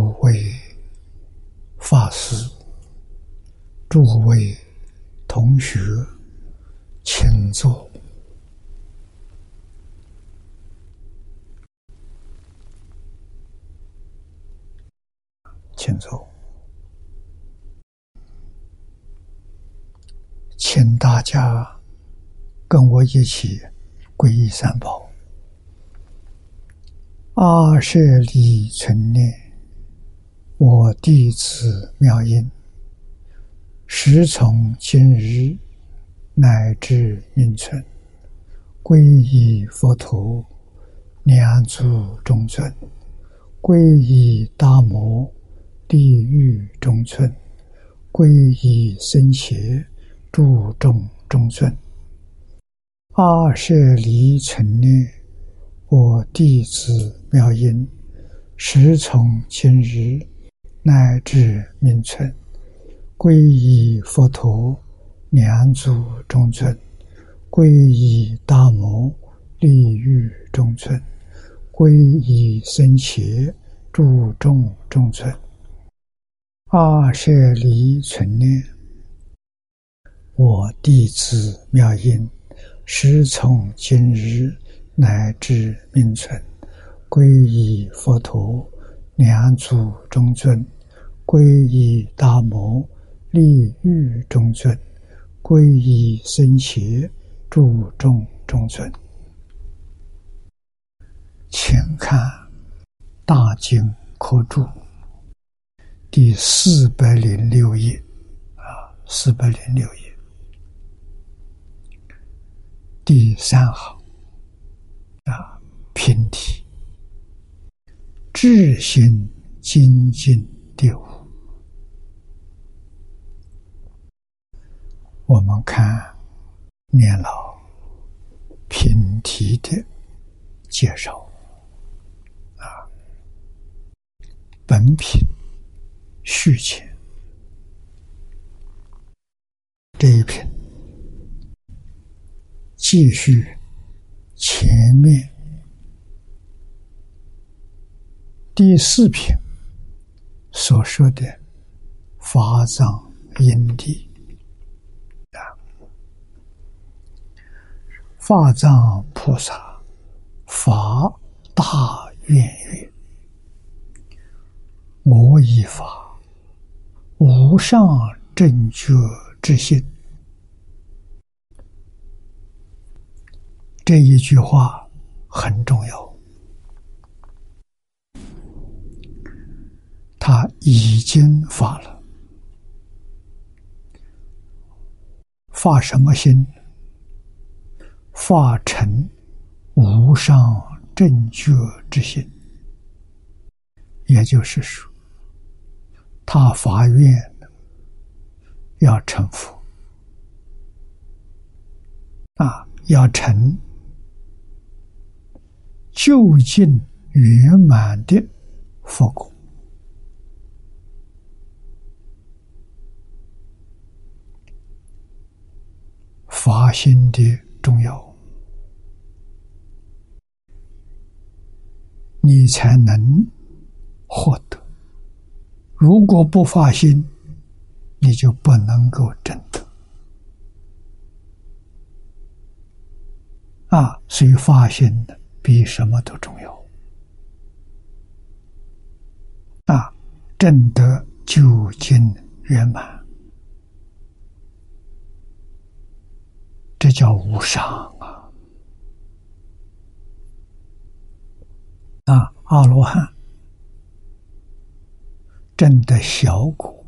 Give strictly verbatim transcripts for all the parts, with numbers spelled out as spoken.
诸位法师、诸位同学，请坐。请坐。请大家跟我一起皈依三宝。阿舍利存念，我弟子妙音，时从今日乃至命存，皈依佛陀，两足中尊；皈依大摩，地狱中尊；皈依僧伽，诸众中尊。阿舍离存念，我弟子妙音，时从今日乃至命存，皈依佛陀，两足中尊；皈依大摩，地狱中尊；皈依僧伽，诸众中尊。阿舍离存念，我弟子妙音，时从今日乃至命存，皈依佛陀，两足中尊；皈依大摩，地狱中尊；皈依僧伽，诸众中尊。请看大经科注第四百零六页啊，四百零六页第三行啊，品题：智心精进第五。我们看念老品题的介绍啊，本品序前这一品继续前面第四品所说的法藏因地啊，法藏菩萨法大愿愿，我以法无上正觉之心。这一句话很重要，他已经发了，发什么心？发成无上正觉之心。也就是说，他发愿要成佛啊，要成究竟圆满的佛果。发心的重要，你才能获得。如果不发心，你就不能够证得啊！所以发心比什么都重要啊！证得究竟圆满，这叫无上啊！啊，阿罗汉证得小果，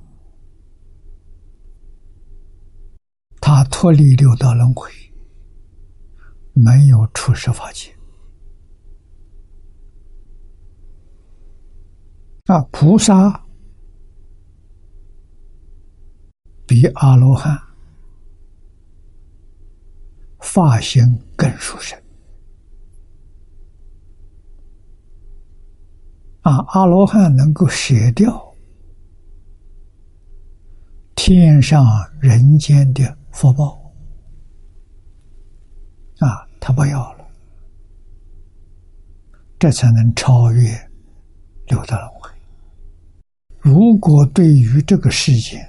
他脱离六道轮回，没有出世法界啊。菩萨比阿罗汉发心更殊胜啊！阿罗汉能够舍掉天上人间的福报啊，他不要了，这才能超越六道轮回如果对于这个世界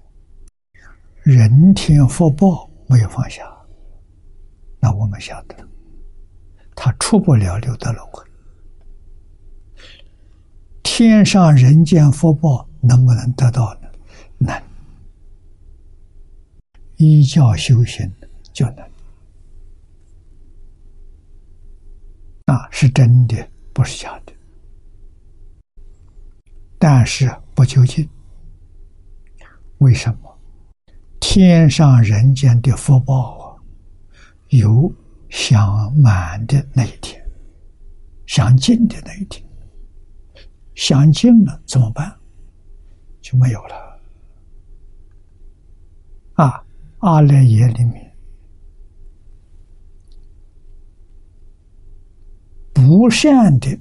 人天福报没有放下，那我们晓得他出不了六道轮回。天上人间福报能不能得到呢？能。依教修行就能。啊，是真的，不是假的。但是不究竟。为什么？天上人间的福报啊，有享满的那一天，享尽的那一天。享尽了怎么办？就没有了。啊，阿赖耶里面不善的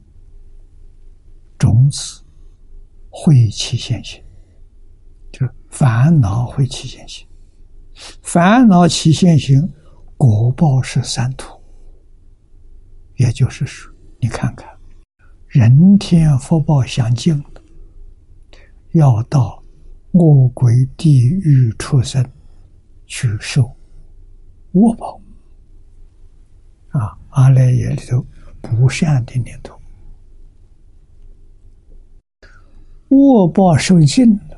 种子会起现行，就是烦恼会起现行。烦恼起现行，果报是三途。也就是说，你看看，人天福报相近了，要到恶鬼、地狱、畜生去受恶报。啊，阿赖耶里头不善的念头，恶报受尽了，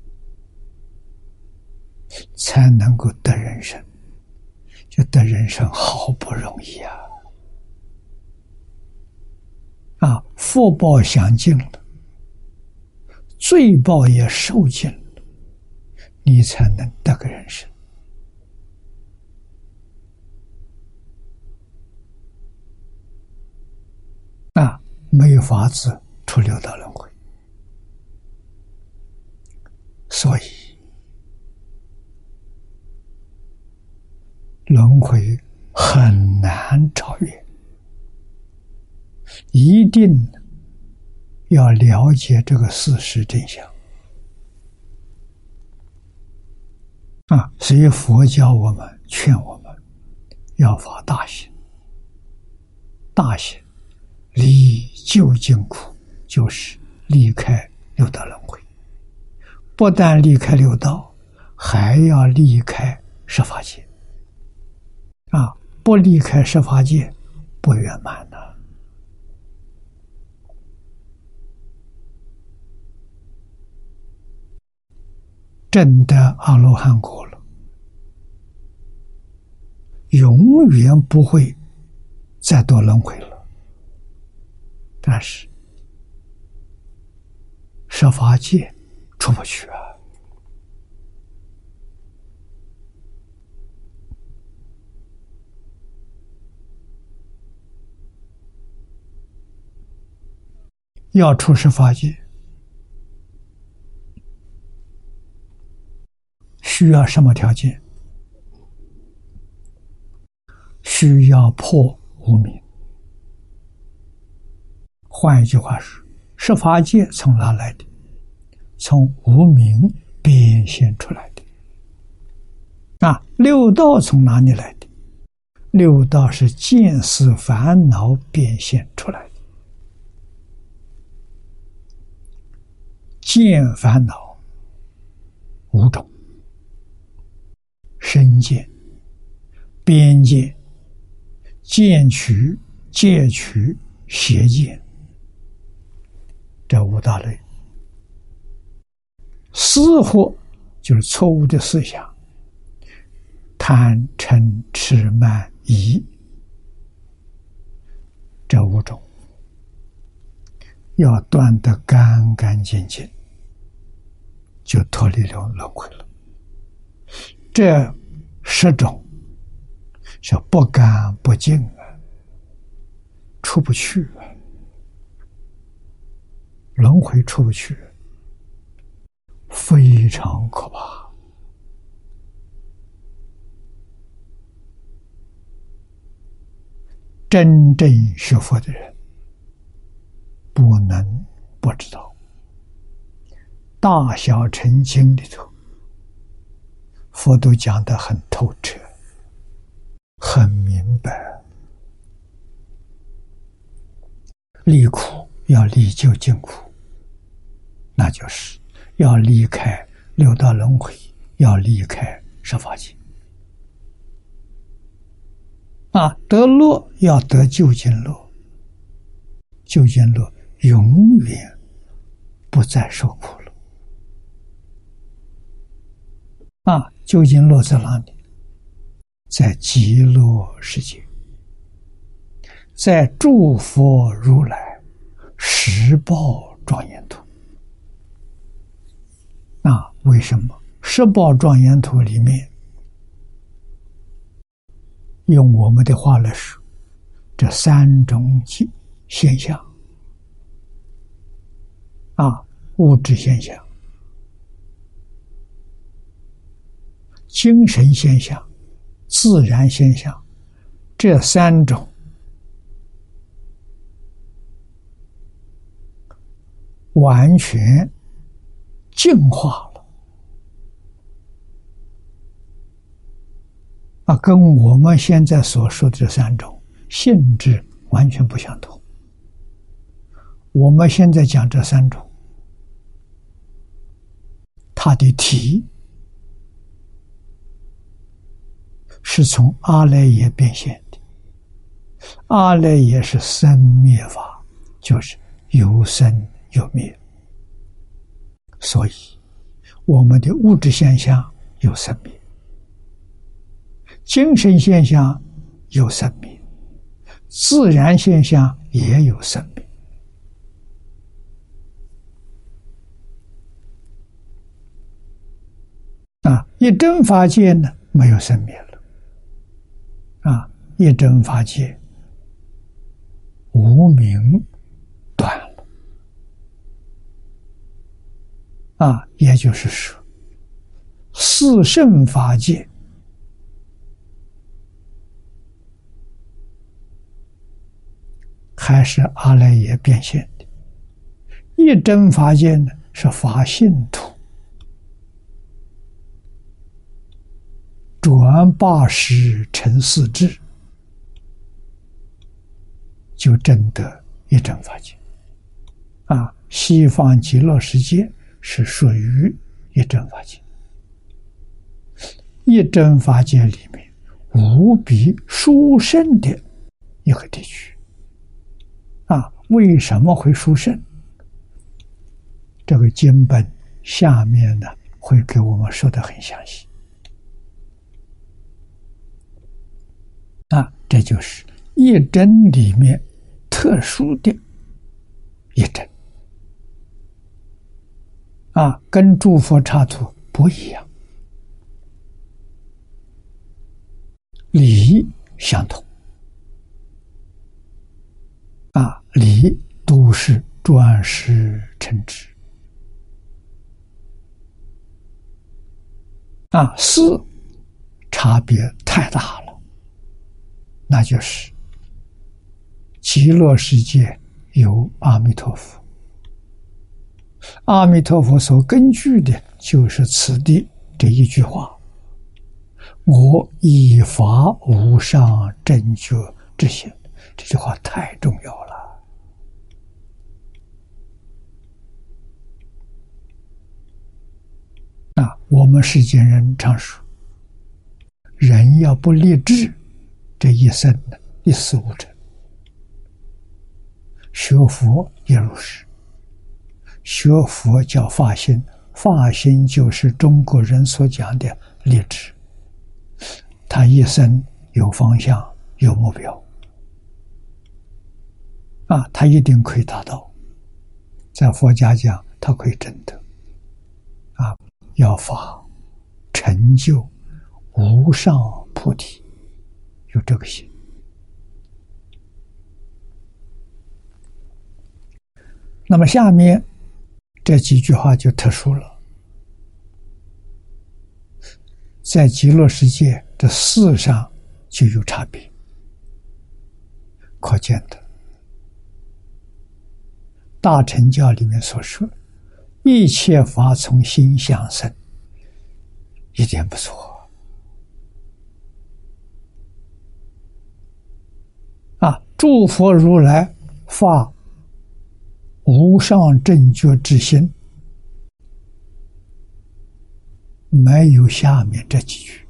才能够得人生。就得人生好不容易啊！啊，福报享尽了，罪报也受尽了，你才能得个人生。啊，没有法子出六道轮回。所以轮回很难超越，一定要了解这个事实真相啊！所以佛教我们劝我们要发大心，大心离究竟苦，就是离开六道轮回。不但离开六道，还要离开十法界啊！不离开十法界，不圆满了。证得阿罗汉果了，永远不会再多轮回了。但是十法界出不去啊！要出十法界，需要什么条件？需要破无明。换一句话说，十法界从哪来的？从无明变现出来的。啊，六道从哪里来的？六道是见思烦恼变现出来的。见烦恼五种：身见、边见、见取、戒取、邪见，这五大类。思惑就是错误的思想，贪嗔痴慢疑，这五种要断得干干净净，就脱离了轮回了。这十种是不干不净啊，出不去啊，轮回出不去，非常可怕。真正学佛的人不能不知道，大小乘经里头佛都讲得很透彻，很明白。离苦要离究竟苦， 那就是要离开六道轮回，要离开十法界。啊，得乐要得究竟乐，究竟乐永远不再受苦了。啊，究竟乐在哪里？在极乐世界，在诸佛如来十报庄严土。啊，为什么十报庄严土里面，用我们的话来说，这三种现象啊，物质现象、精神现象、自然现象，这三种完全净化了啊，跟我们现在所说的这三种性质完全不相同。我们现在讲这三种，它的体是从阿赖耶变现的，阿赖耶是生灭法，就是有生有灭，所以我们的物质现象有生灭，精神现象有生灭，自然现象也有生灭。啊，一真法界呢，没有生灭了。啊，一真法界无明断了。啊，也就是说，四圣法界还是阿赖耶变现的，一真法界呢是法性土，转八识成四智，就证得一真法界。啊，西方极乐世界是属于一真法界。一真法界里面无比殊胜的一个地区。啊，为什么会殊胜？这个经本下面呢会给我们说得很详细。啊，这就是一真里面特殊的一真。啊，跟诸佛刹土不一样，理相同。啊，理都是转识成智。啊，事差别太大了。那就是极乐世界有阿弥陀佛，阿弥陀佛所根据的就是此地这一句话：我以法无上正觉之心。这句话太重要了。啊，我们世间人常说，人要不立志，这一生呢一事无成。学佛也如是，学佛叫发心，发心就是中国人所讲的立志。他一生有方向，有目标，啊，他一定可以达到。在佛家讲，他可以证得。啊，要发成就无上菩提，有这个心。那么下面这几句话就特殊了。在极乐世界的事上就有差别，可见的大乘教里面所说，一切法从心想生，一点不错。啊，诸佛如来发无上正觉之心， 没有下面这几句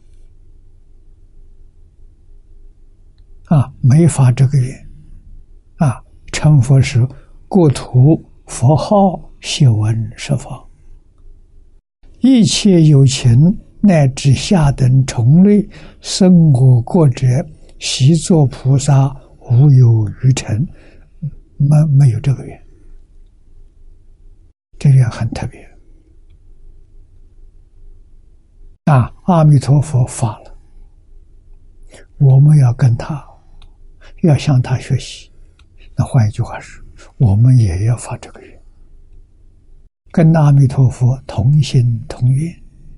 啊，没发这个愿啊，成佛时国土佛号谢闻十方，一切有情乃至下等虫类生我国者，悉作菩萨，无有余尘。没没有这个愿，这个愿很特别啊！阿弥陀佛发了，我们要跟他，要向他学习。那换一句话说，我们也要发这个愿，跟阿弥陀佛同心同愿，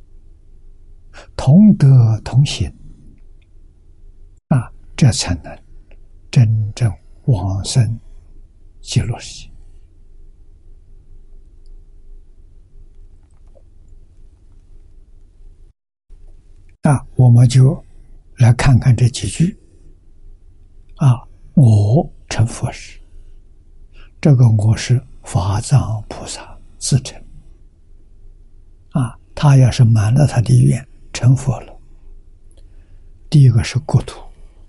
同德同行啊，这才能真正往生极乐世界。那我们就来看看这几句啊，我成佛时，这个我是法藏菩萨自成啊，他要是满了他的愿成佛了，第一个是国土，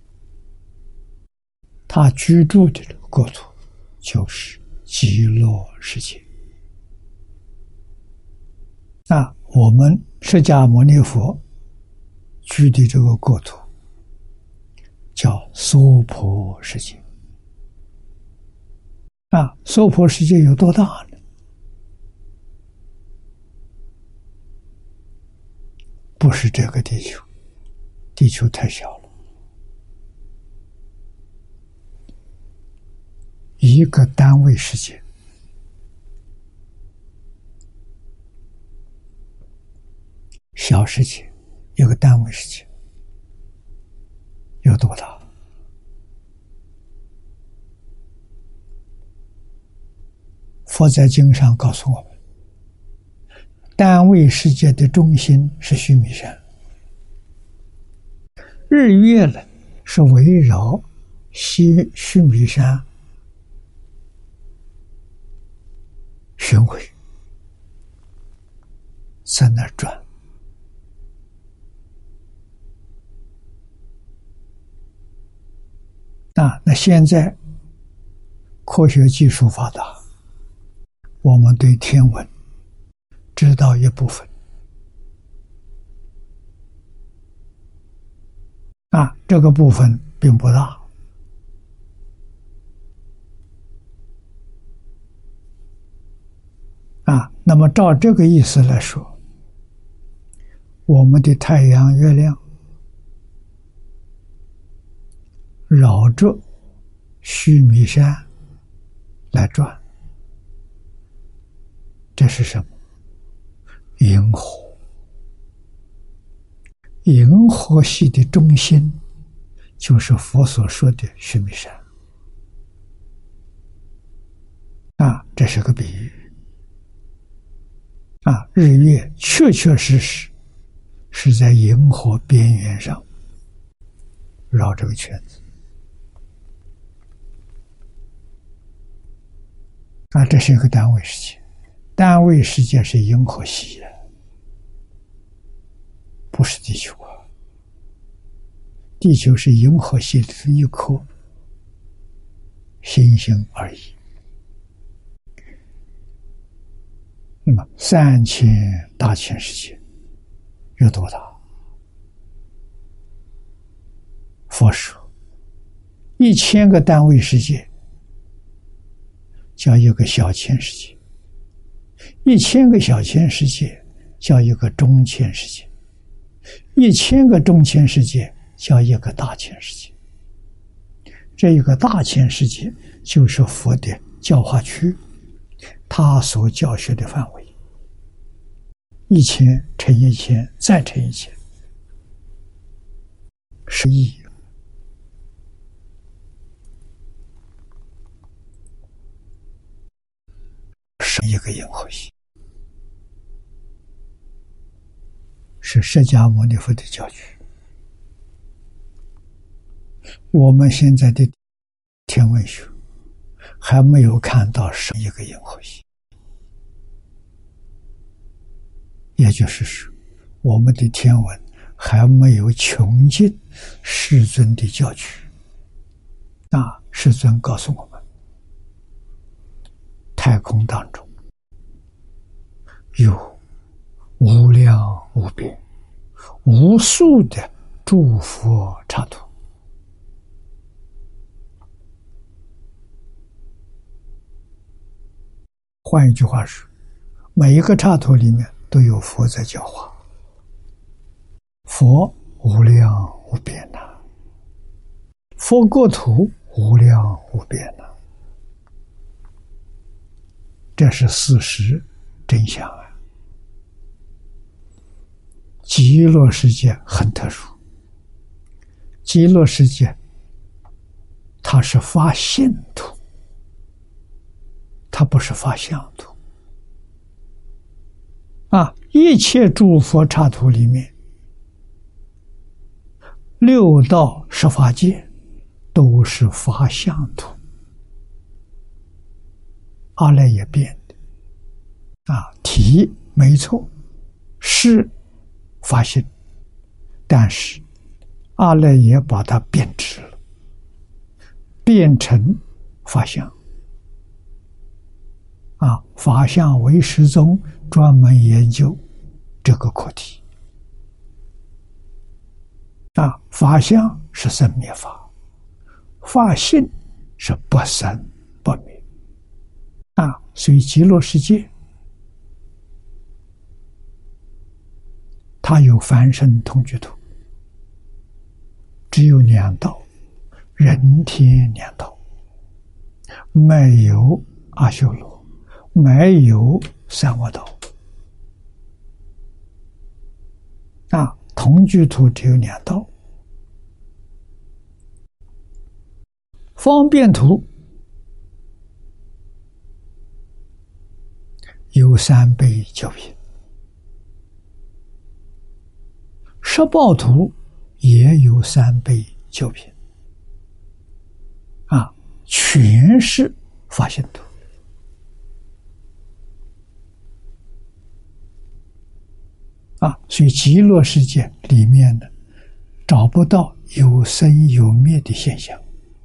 他居住的这个国土就是极乐世界。那我们释迦牟尼佛居的这个国土叫娑婆世界。啊，娑婆世界有多大呢？不是这个地球，地球太小了。一个单位世界，小世界，一个单位世界有多大？佛在经上告诉我们，单位世界的中心是须弥山，日月呢是围绕须须弥山巡回，在那转。啊，那现在科学技术发达，我们对天文知道一部分。啊，这个部分并不大。啊，那么照这个意思来说，我们的太阳、月亮绕着须弥山来转，这是什么？银河。银河系的中心就是佛所说的须弥山。啊，这是个比喻。啊，日月确确实实是在银河边缘上绕这个圈子。啊，这是一个单位世界，单位世界是银河系，不是地球啊。地球是银河系里的一颗星星而已。那么三千大千世界有多大？佛说，一千个单位世界叫一个小千世界，一千个小千世界叫一个中千世界，一千个中千世界叫一个大千世界。这一个大千世界就是佛的教化区，他所教学的范围，一千乘一千再乘一千，十亿。是一个银河系，是释迦牟尼佛的教区。我们现在的天文学还没有看到是一个银河系，也就是说， 我们的天文还没有穷尽世尊的教诲。那世尊告诉我们，太空当中有无量无边、无数的诸佛刹土。换一句话说，每一个刹土里面都有佛在教化。佛无量无边呐、啊，佛国土无量无边呐、啊，这是事实真相啊！极乐世界很特殊，极乐世界它是发现土，它不是发相土啊！一切诸佛刹土里面，六道十法界都是发相土，阿赖耶变的啊，体没错，是发性，但是阿赖耶把它变质了，变成法相啊。法相唯识宗专门研究这个课题啊。法相是生灭法，法性是不生不灭啊。所以极乐世界它有凡圣同居土，只有两道，人天两道，没有阿修罗，没有三恶道啊。同居土只有两道，方便土有三倍九品，十报土也有三倍九品啊，全是发现土啊。所以极乐世界里面呢，找不到有生有灭的现象，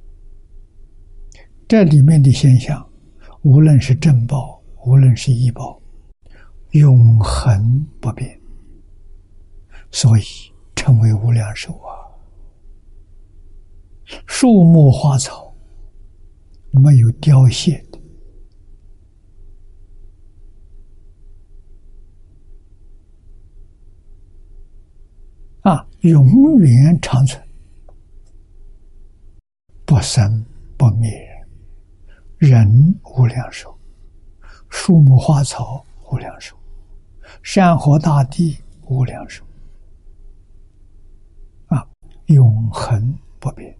这里面的现象无论是正报无论是异报，永恒不变，所以称为无量寿啊。树木花草没有凋谢的啊，永远长存，不生不灭，人无量寿，树木花草无量寿，山河大地无量寿啊，永恒不变。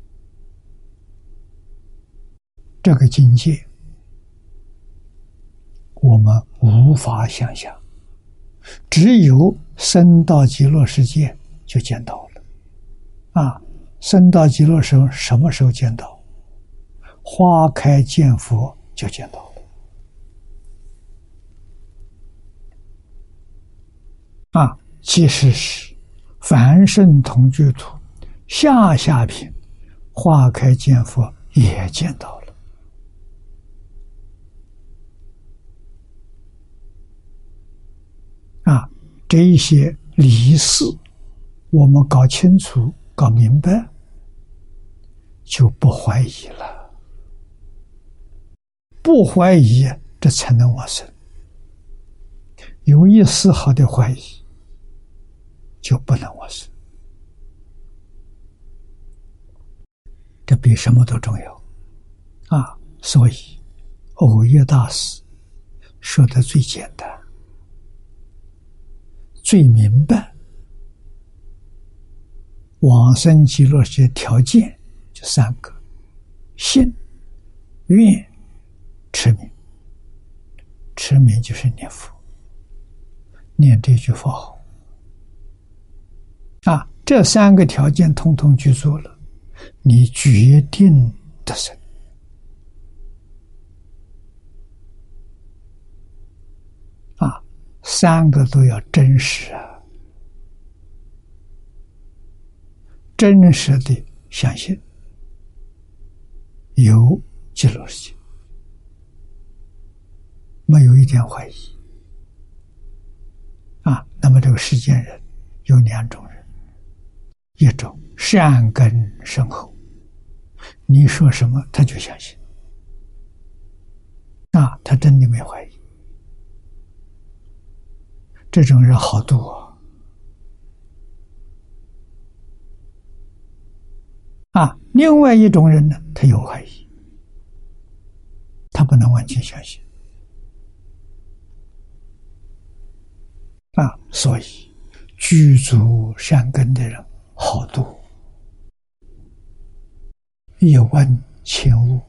这个境界我们无法想象，只有升到极乐世界就见到了啊！升到极乐时候，什么时候见到？花开见佛就见到了啊！即使是凡圣同居土下下品，花开见佛也见到了啊！这一些理事我们搞清楚搞明白，就不怀疑了，不怀疑这才能往生，有一丝毫的怀疑就不能往生，这比什么都重要啊！所以耦约大师说的最简单最明白，往生极乐世界条件就三个：信、愿、持名。持名就是念佛，念这句佛号啊，这三个条件通通具足了，你决定得生啊！三个都要真实啊， 真实的相信有极乐世界，没有一点怀疑啊。那么这个世间人有两种人，一种善根深厚，你说什么他就相信啊，他真的没怀疑，这种人好度啊。啊，另外一种人呢，他有怀疑，他不能完全相信啊。所以具足善根的人好度，一问千悟，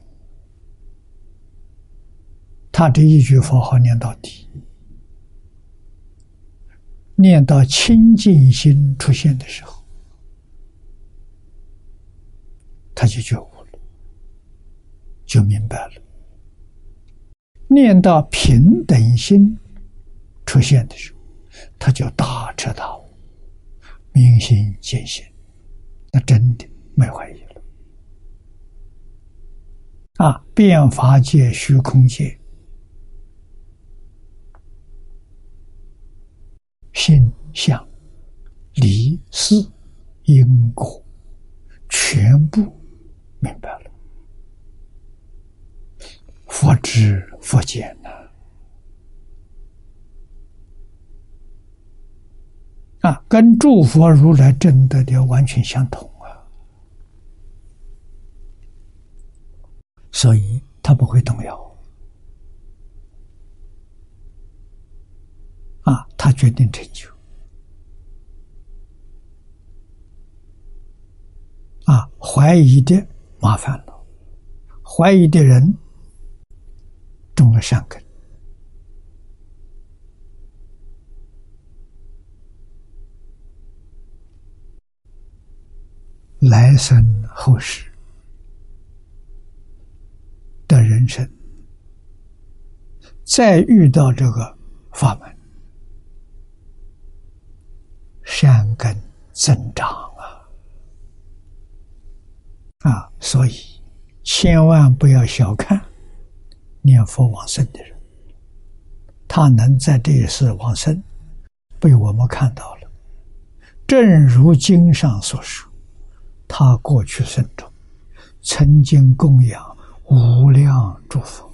他这一句佛号念到底，念到清净心出现的时候，他就觉悟了，就明白了。念到平等心出现的时候，他就大彻大悟，明心见性，那真的没怀疑了啊！变法界、虚空界，性相、理事、因果，全部明白了。佛知佛见呐、啊！啊，跟诸佛如来证得的完全相同啊，所以他不会动摇啊，他决定成就啊，怀疑的麻烦了，怀疑的人种了善根，来生后世的人生，再遇到这个法门，善根增长啊！啊，所以千万不要小看念佛往生的人，他能在这一世往生，被我们看到了。正如经上所说，他过去生中曾经供养无量诸佛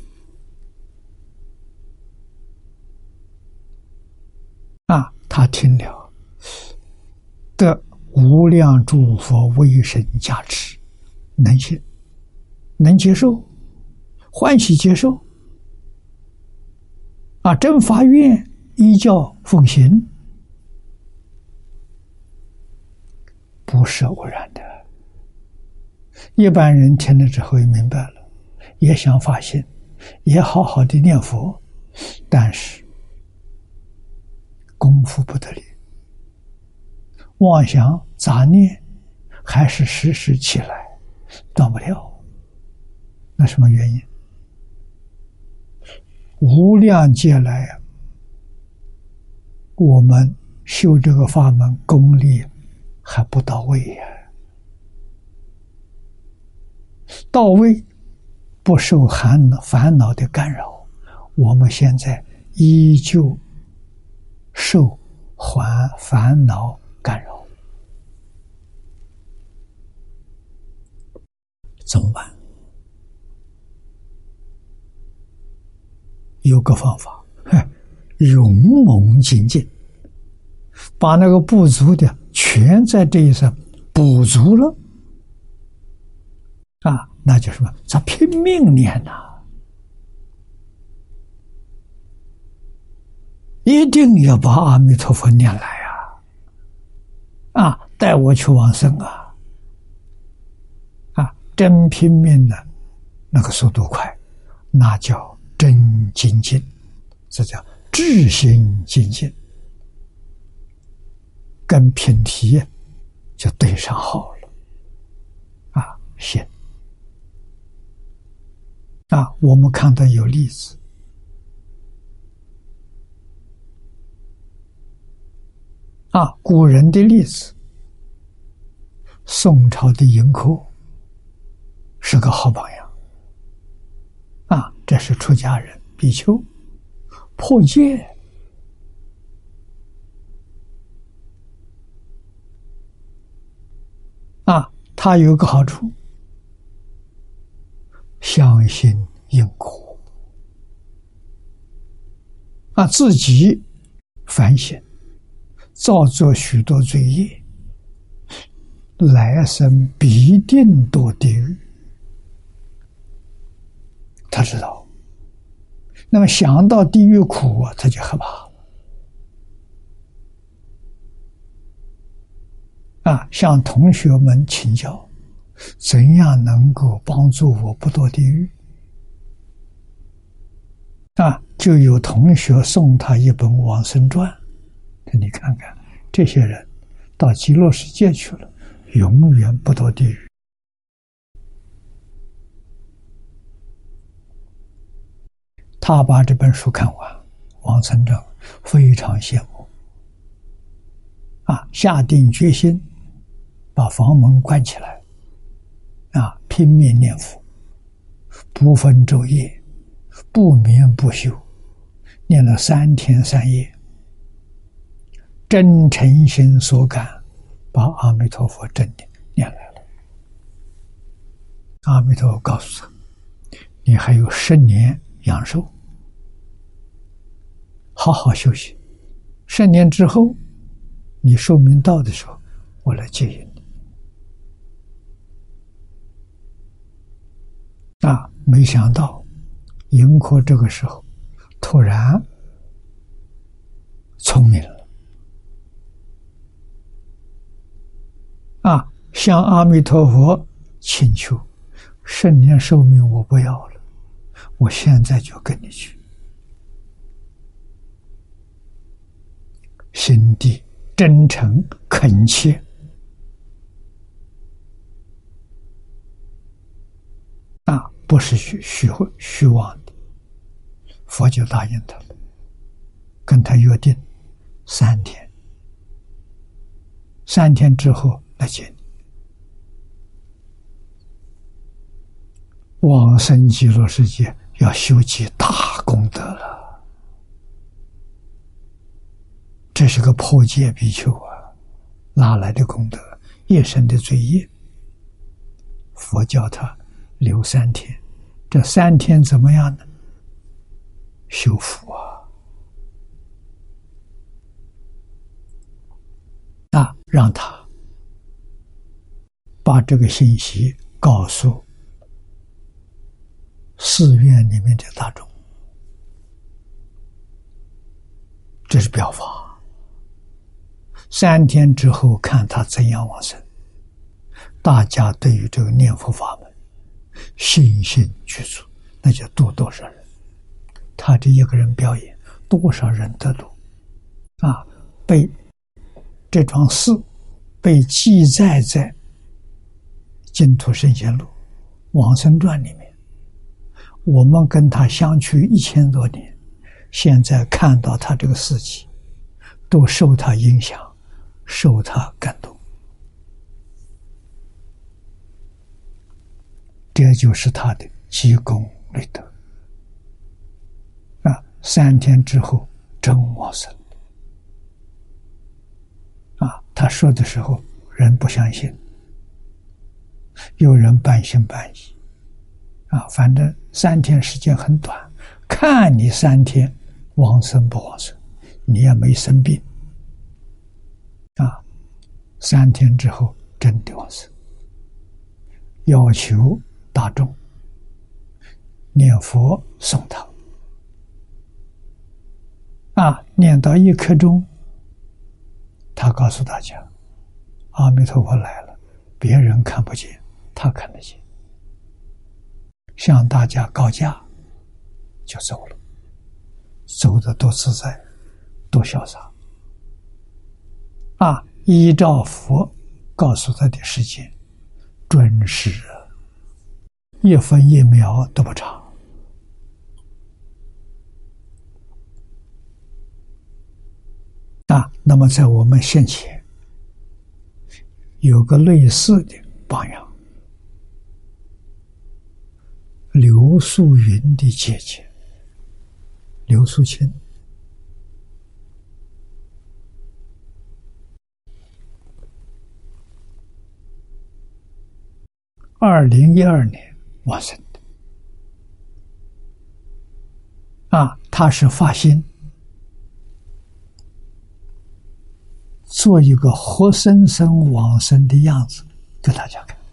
啊，他听了得无量诸佛威神加持，能信，能接受，欢喜接受啊！真发愿依教奉行，不是偶然的。一般人听了之后也明白了，也想发心，也好好的念佛，但是功夫不得力，妄想杂念还是时时起来，断不了。那什么原因？无量劫来啊，我们修这个法门功力还不到位呀、啊，到位不受寒烦恼的干扰，我们现在依旧受烦烦恼干扰，怎么办？有个方法，勇猛精进，把那个不足的全在这一生补足了啊，那就什么？咱拼命念呐、啊，一定要把阿弥陀佛念来啊！啊，带我去往生啊！啊，真拼命的，那个速度快，那叫真精进，这叫智心精进，跟品题就对上号了啊！心啊，我们看到有例子啊，古人的例子， 宋朝的盈科是个好榜样啊！这是出家人比丘破戒啊，他有个好处，相信因果啊，自己反省，造作许多罪业，来生必定堕地狱。他知道，那么想到地狱苦啊，他就害怕了啊！向同学们请教，怎样能够帮助我不堕地狱啊？就有同学送他一本《往生传》，你看看这些人到极乐世界去了，永远不堕地狱。他把这本书看完，王承正非常羡慕啊，下定决心把房门关起来啊，拼命念佛，不分昼夜，不眠不休，念了三天三夜，真诚心所感，把阿弥陀佛真的念来了。阿弥陀佛告诉他，你还有十年阳寿，好好休息，十年之后你寿命到的时候，我来接引你。啊，没想到盈科这个时候突然聪明了啊，向阿弥陀佛请求，十年寿命我不要了，我现在就跟你去。心地真诚恳切啊，不是虚虚虚妄的，佛就答应他了，跟他约定三天，三天之后来接你。往生极乐世界要修积大功德了。这是个破戒比丘啊，哪来的功德？一生的罪业。佛教他留三天，这三天怎么样呢？修福啊！啊，让他把这个信息告诉寺院里面的大众，这是表法。三天之后看他怎样往生。大家对于这个念佛法门信心具足，那就度多少人。他这一个人表演，多少人得度啊！被这桩事被记载在净土圣贤录往生传里面，我们跟他相距一千多年，现在看到他这个事情，都受他影响，受他感动。这就是他的积功累德啊！三天之后真往生啊！他说的时候人不相信，有人半信半疑啊，反正三天时间很短，看你三天往生不往生，你也没生病啊。三天之后真的往生，要求大众念佛送他啊，念到一刻钟，他告诉大家，阿弥陀佛来了，别人看不见，他看得见，向大家告假，就走了，走得多自在，多潇洒啊！依照佛告诉他的时间，准时，一分一秒都不差啊！那么在我们现前有个类似的榜样。刘素云的姐姐刘素清，二零一二年往生的。啊，他是发心做一个活生生往生的样子给大家看。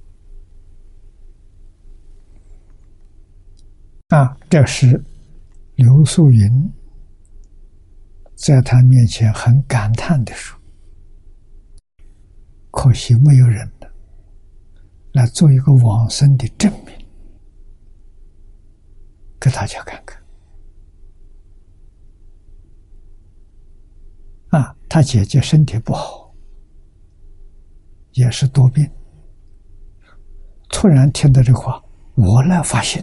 啊，这时刘素云在他面前很感叹地说：“可惜没有人呢，来做一个往生的证明，给大家看看。”啊，他姐姐身体不好，也是多病，突然听到这话，我来发心。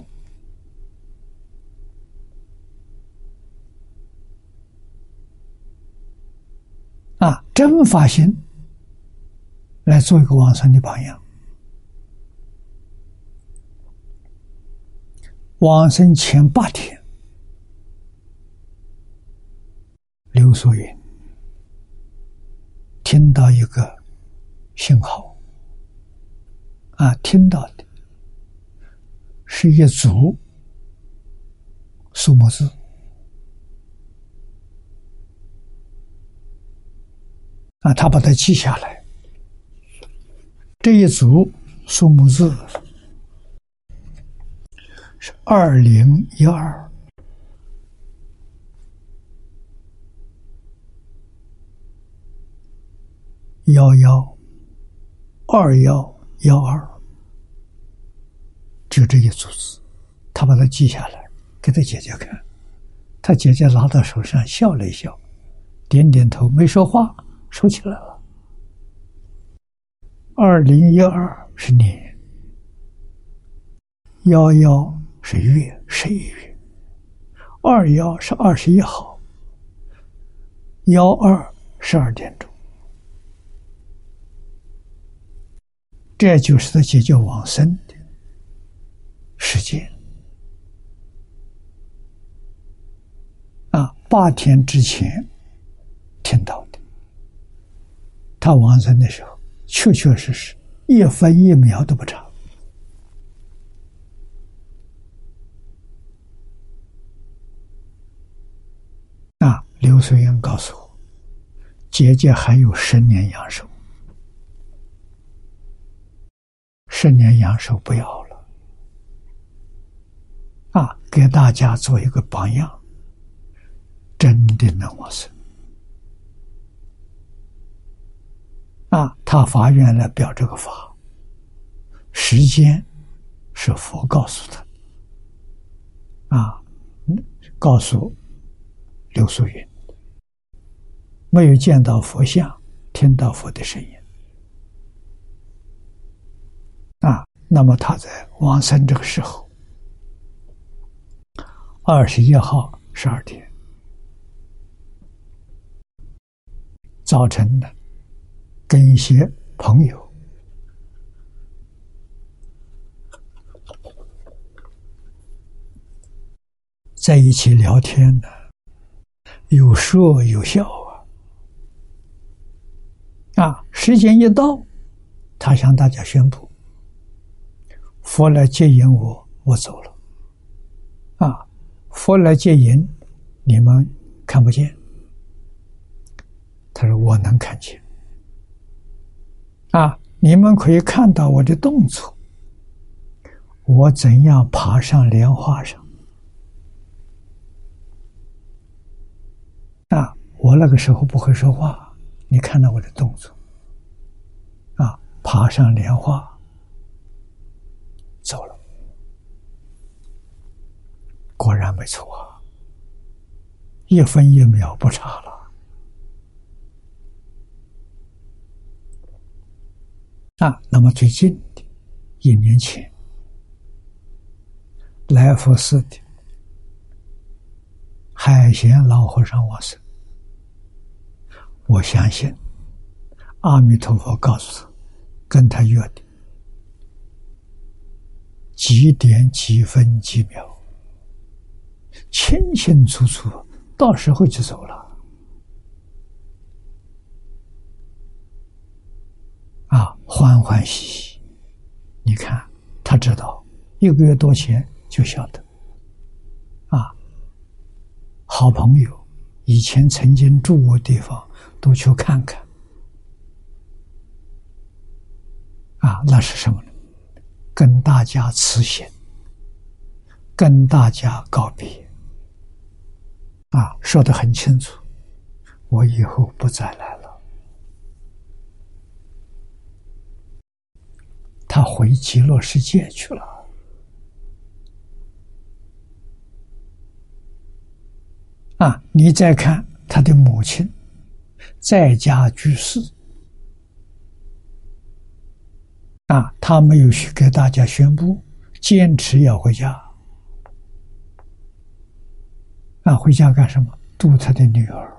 啊，真发心来做一个往生的榜样。往生前八天，刘素云听到一个信号，啊，听到的是一组数目字。啊，他把它记下来。这一组数目字是二零一二，幺幺二幺幺二，就这一组字，他把它记下来，给他姐姐看。他姐姐拿到手上笑了一笑，点点头，没说话。收起来了。二零一二是年，幺幺是月，十一月，二幺是二十一号，幺二十二点钟，这就是他解决往生的时间。啊，八天之前听到的。他往生的时候，确确实实一分一秒都不差。啊，刘素云告诉我，姐姐还有十年阳寿，十年阳寿不要了。啊，给大家做一个榜样，真的能往生。啊，他发愿来表这个法，时间是佛告诉他，啊，告诉刘素云，没有见到佛像，听到佛的声音，啊，那么他在往生这个时候，二十一号十二点，早晨呢，跟一些朋友在一起聊天呢，有说有笑啊！啊，时间一到，他向大家宣布：佛来接引我，我走了。啊，佛来接引，你们看不见。他说：“我能看见。啊，你们可以看到我的动作，我怎样爬上莲花上。啊，我那个时候不会说话，你看到我的动作。啊，爬上莲花，走了。果然没错啊，一分一秒不差了。”啊，那么最近的一年前，来佛寺的海贤老和尚往生，我相信阿弥陀佛告诉他， 跟他约的几点几分几秒，清清楚楚，到时候就走了。啊，欢欢喜喜。你看，他知道一个月多钱就晓得。啊，好朋友，以前曾经住过地方，都去看看。啊，那是什么呢？跟大家辞行，跟大家告别。啊，说得很清楚，我以后不再来了。他回极乐世界去了。啊，你再看他的母亲，在家居士。啊，他没有去给大家宣布，坚持要回家。啊，回家干什么？度他的女儿，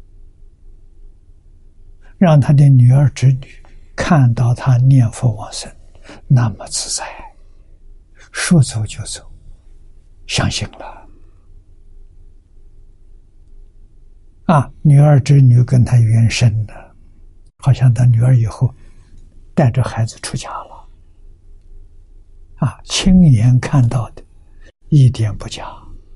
让他的女儿侄女看到他念佛往生，那么自在，说走就走，相信了。啊，女儿侄女跟他缘深的，好像他女儿以后带着孩子出家了。啊，亲眼看到的，一点不假。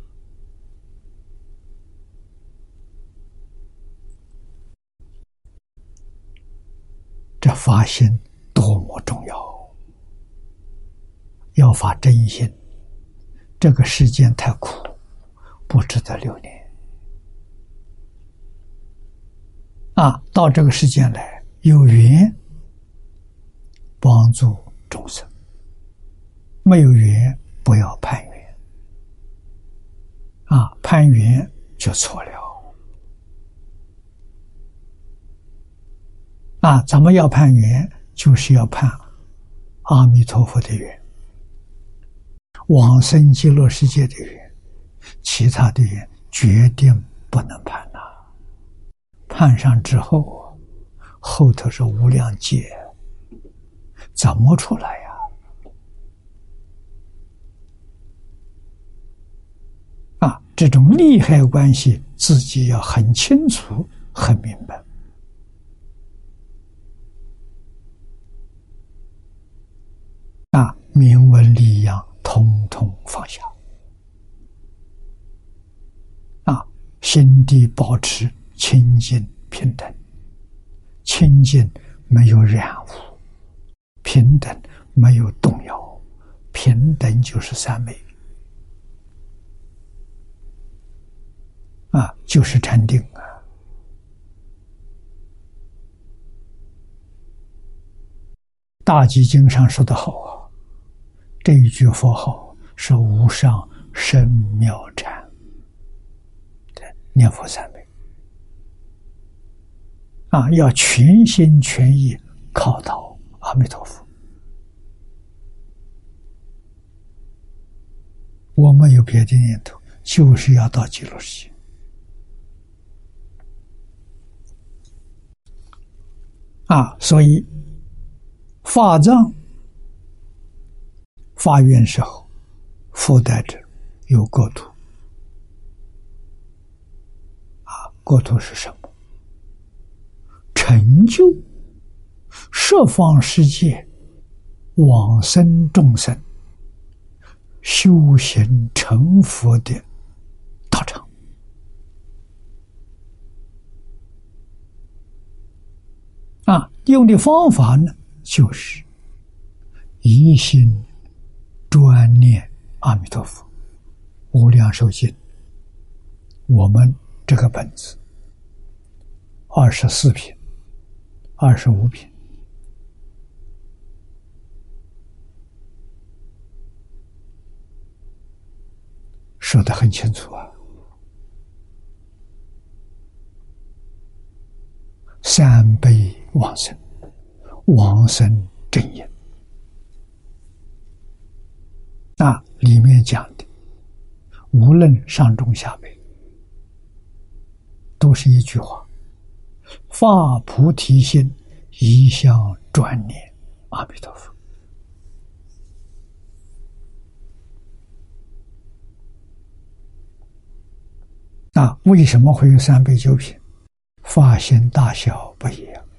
这发心多么重要，要发真心。这个世间太苦，不值得留恋。啊，到这个世间来，有缘帮助众生，没有缘不要攀缘。啊，攀缘就错了。啊，咱们要攀缘，就是要攀阿弥陀佛的缘，往生极乐世界的缘，其他的缘决定不能攀呐、啊。攀上之后，后头是无量劫，怎么出来呀？啊，这种利害关系自己要很清楚、很明白。啊，名闻利养，统统放下。啊，心地保持清净平等，清净没有染污，平等没有动摇，平等就是三昧。啊，就是禅定啊。大集经上说得好啊，这一句佛号是无上深妙禅，念佛三昧。啊，要全心全意靠到阿弥陀佛。我没有别的念头，就是要到极乐世界。啊，所以法藏发愿时候附带着有国土。啊，国土是什么？成就十方世界往生众生修行成佛的道场。啊，用的方法呢，就是一心专念阿弥陀佛。无量寿经，我们这个本子二十四品、二十五品，说得很清楚啊。三悲往生，往生正因。那里面讲的，无论上中下悲，都是一句话：发菩提心，一向专念阿弥陀佛。那为什么会有三杯九品？发心大小不一样，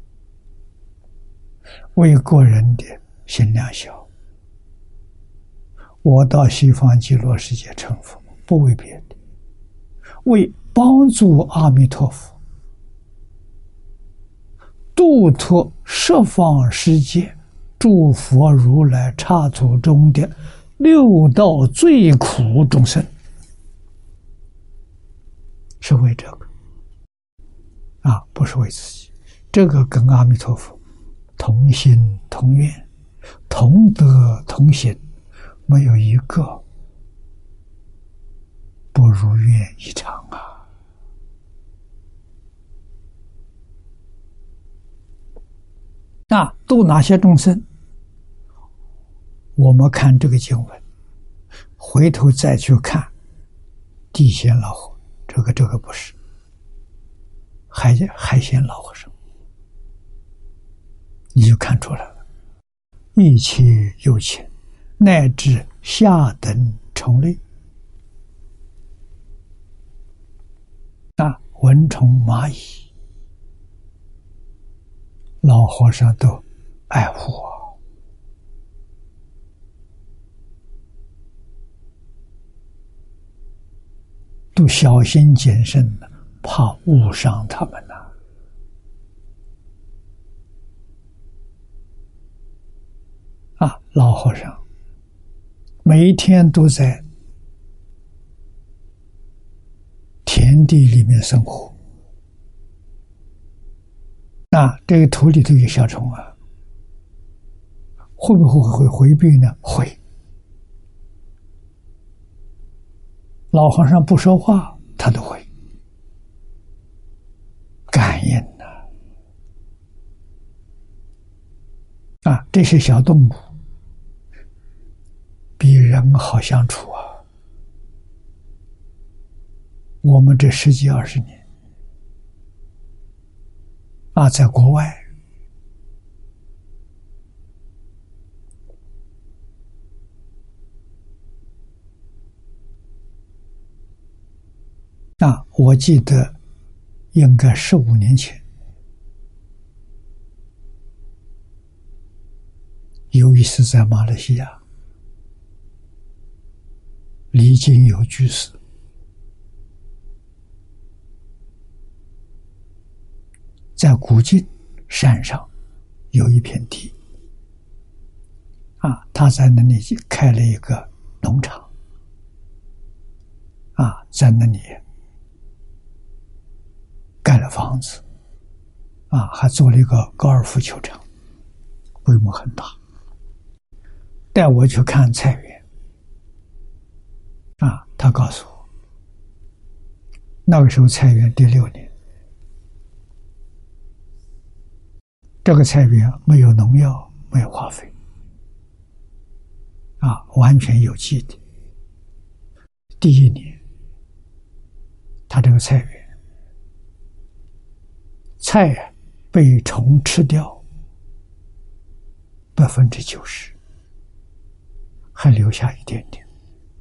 为个人的心量小。我到西方极乐世界成佛，不为别的，为帮助阿弥陀佛度脱十方世界诸佛如来刹土中的六道最苦众生，是为这个啊，不是为自己。这个跟阿弥陀佛同心同愿，同德同行，没有一个不如愿以偿啊！那度哪些众生？我们看这个经文，回头再去看地仙老和，这个这个不是海海鲜老和尚，你就看出来了。一切有情，乃至下等虫类，啊，蚊虫蚂蚁，老和尚都爱护啊。都小心谨慎的，怕误伤他们呐、啊。啊，老和尚每一天都在田地里面生活，那这个土里头有小虫啊，会不会会回避呢？会。老和尚不说话，他都会感应呢。啊，这些小动物比人好相处啊。我们这十几二十年啊，在国外啊，我记得应该十五年前，有一次在马来西亚，离经有居士在古晋山上有一片地啊，他在那里开了一个农场啊，在那里盖了房子啊，还做了一个高尔夫球场，规模很大。带我去看菜园啊，他告诉我，那个时候菜园第六年，这个菜园没有农药，没有化肥啊，完全有机的。第一年，他这个菜园菜被虫吃掉百分之九十，还留下一点点。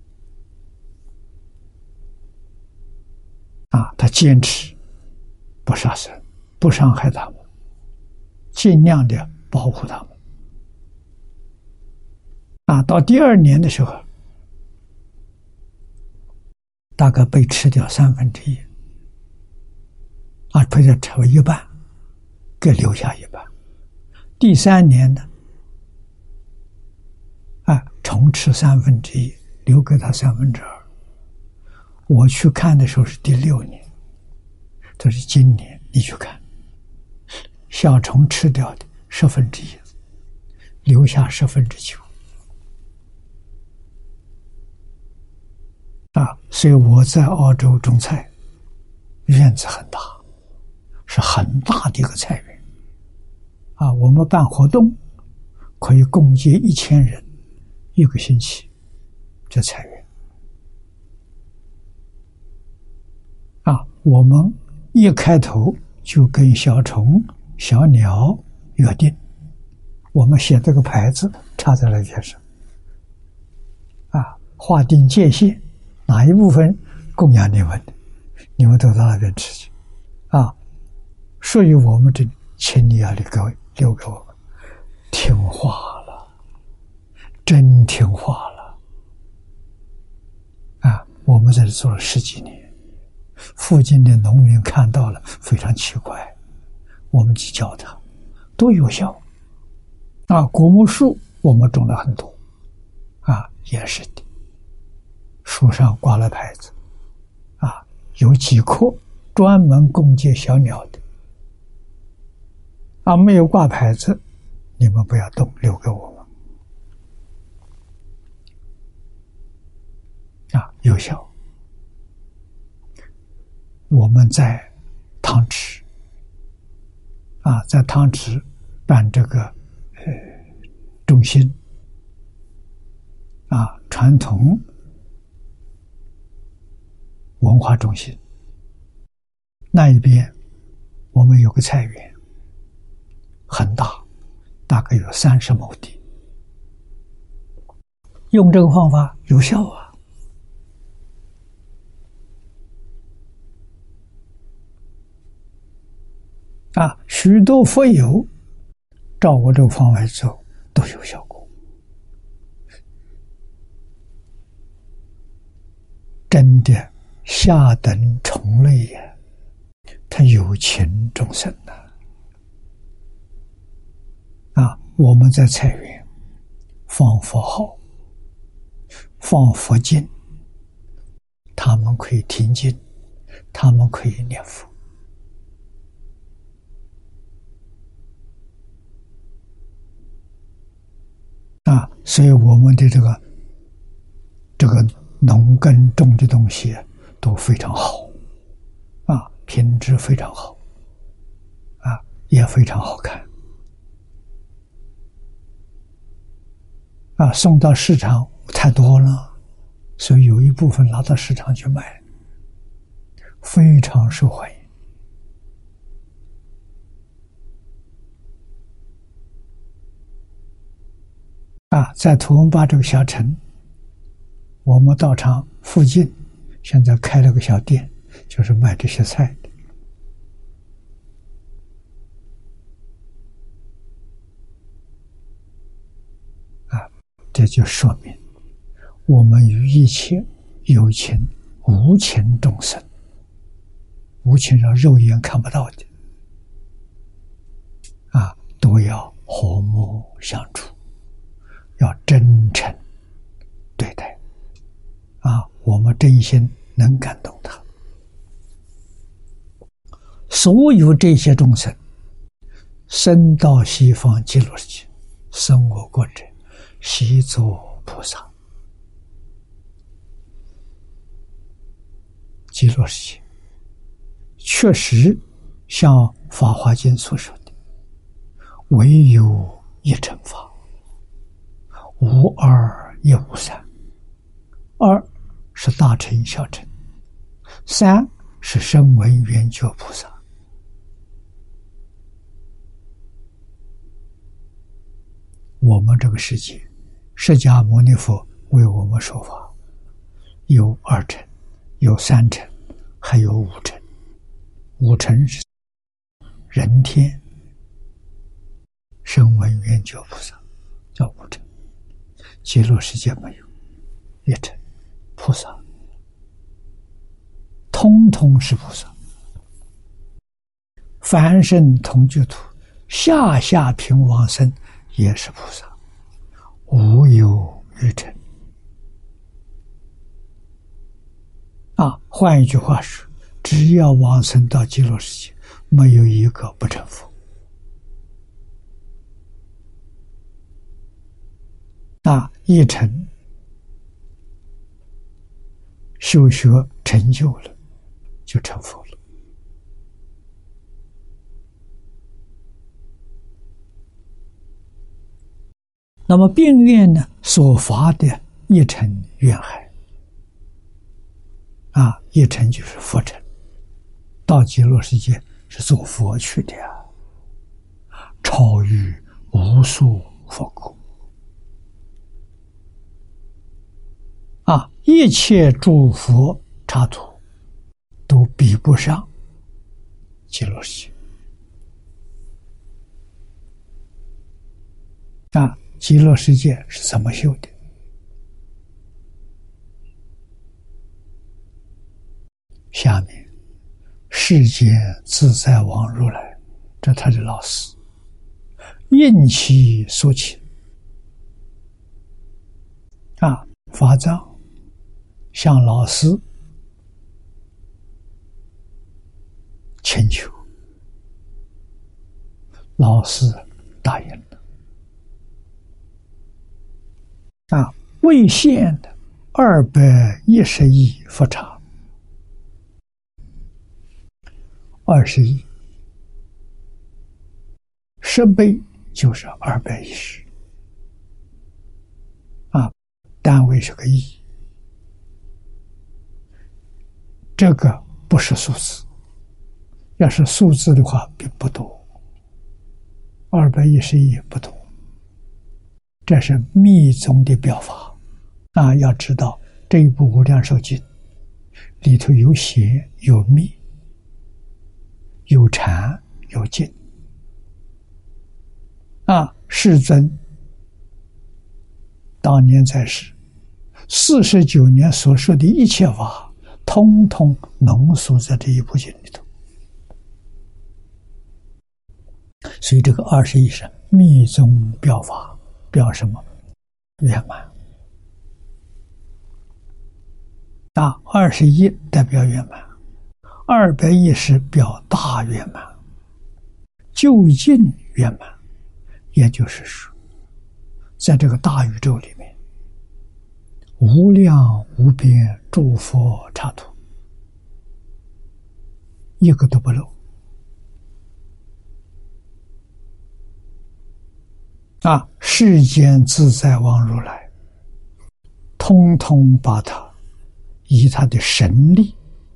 啊，他坚持不杀生，不伤害他们，尽量的保护他们。啊，到第二年的时候，大概被吃掉三分之一。啊，被它拆为一半，给留下一半。第三年呢，啊，重吃三分之一，留给他三分之二。我去看的时候是第六年，这是今年你去看，小虫吃掉的十分之一，留下十分之九。啊，所以我在澳洲种菜，院子很大。是很大的一个菜园啊！我们办活动可以共接一千人一个星期，这菜园啊！我们一开头就跟小虫、小鸟约定我们写这个牌子插在那边上，啊，划定界限，哪一部分供养你们的，你们都到那边吃去，啊，属于我们这里，请你要留给留给我们，听话了，真听话了，啊，我们在这做了十几年，附近的农民看到了非常奇怪，我们去教他，多有效。啊，果木树我们种了很多，啊，也是的，树上挂了牌子，啊，有几棵专门供接小鸟的，啊，没有挂牌子，你们不要动，留给我们，啊，有效。我们在汤池，啊，在汤池办这个呃中心，啊，传统文化中心那一边，我们有个菜园，很大，大概有三十亩地，用这个方法有效啊。啊，许多佛友照我这个方法做都有效果，真的下等虫类呀，它有情众生呐。啊，我们在菜园放佛号，放佛经，他们可以听经，他们可以念佛。啊，所以我们的这个这个农耕种的东西都非常好，啊，品质非常好，啊，也非常好看，啊，送到市场太多了，所以有一部分拿到市场去卖，非常受欢迎。啊，在图文巴这个小城，我们道场附近现在开了个小店，就是卖这些菜的。啊，这就说明我们与一切有情无情众生，无情上肉眼看不到的，啊，都要和睦相处，要真诚对待，啊，我们真心能感动他。所有这些众生生到西方极乐世界，生我国者，悉作菩萨。极乐世界确实像《法华经》所说的，唯有一乘法，无二也无三。二是大乘小乘，三是声闻缘觉菩萨。我们这个世界，释迦牟尼佛为我们说法，有二乘，有三乘，还有五乘。五乘是人天、声闻缘觉菩萨，叫五乘。极乐世界没有一乘菩萨，通通是菩萨。凡圣同居土，下下品往生也是菩萨，无有余乘。啊，换一句话说，只要往生到极乐世界，没有一个不成佛。啊，一乘修学成就了，就成佛了。那么病愿呢，所发的一乘愿海，啊，一乘就是佛乘，到极乐世界是做佛去的呀，超越无数佛国啊，一切诸佛刹土都比不上极乐世界啊！极乐世界是怎么修的？下面世间自在王如来，这他的老师，应其所请啊，法藏向老师请求，老师答应了啊，为现的二百一十亿佛刹。二十亿，十倍就是二百一十，啊，单位是个亿，这个不是数字，要是数字的话并不多，二百一十亿不多，这是密宗的表法啊！要知道这一部《无量寿经》里头有显有密。有禅有净啊！世尊当年在世四十九年所说的一切法，通通浓缩在这一部经里头。所以这个二十一是密宗表法，表什么？圆满啊！二十一代表圆满。二百一十表大圆满，究竟圆满，也就是说，在这个大宇宙里面，无量无边诸佛刹土，一个都不漏啊！世间自在王如来，通通把它以他的神力。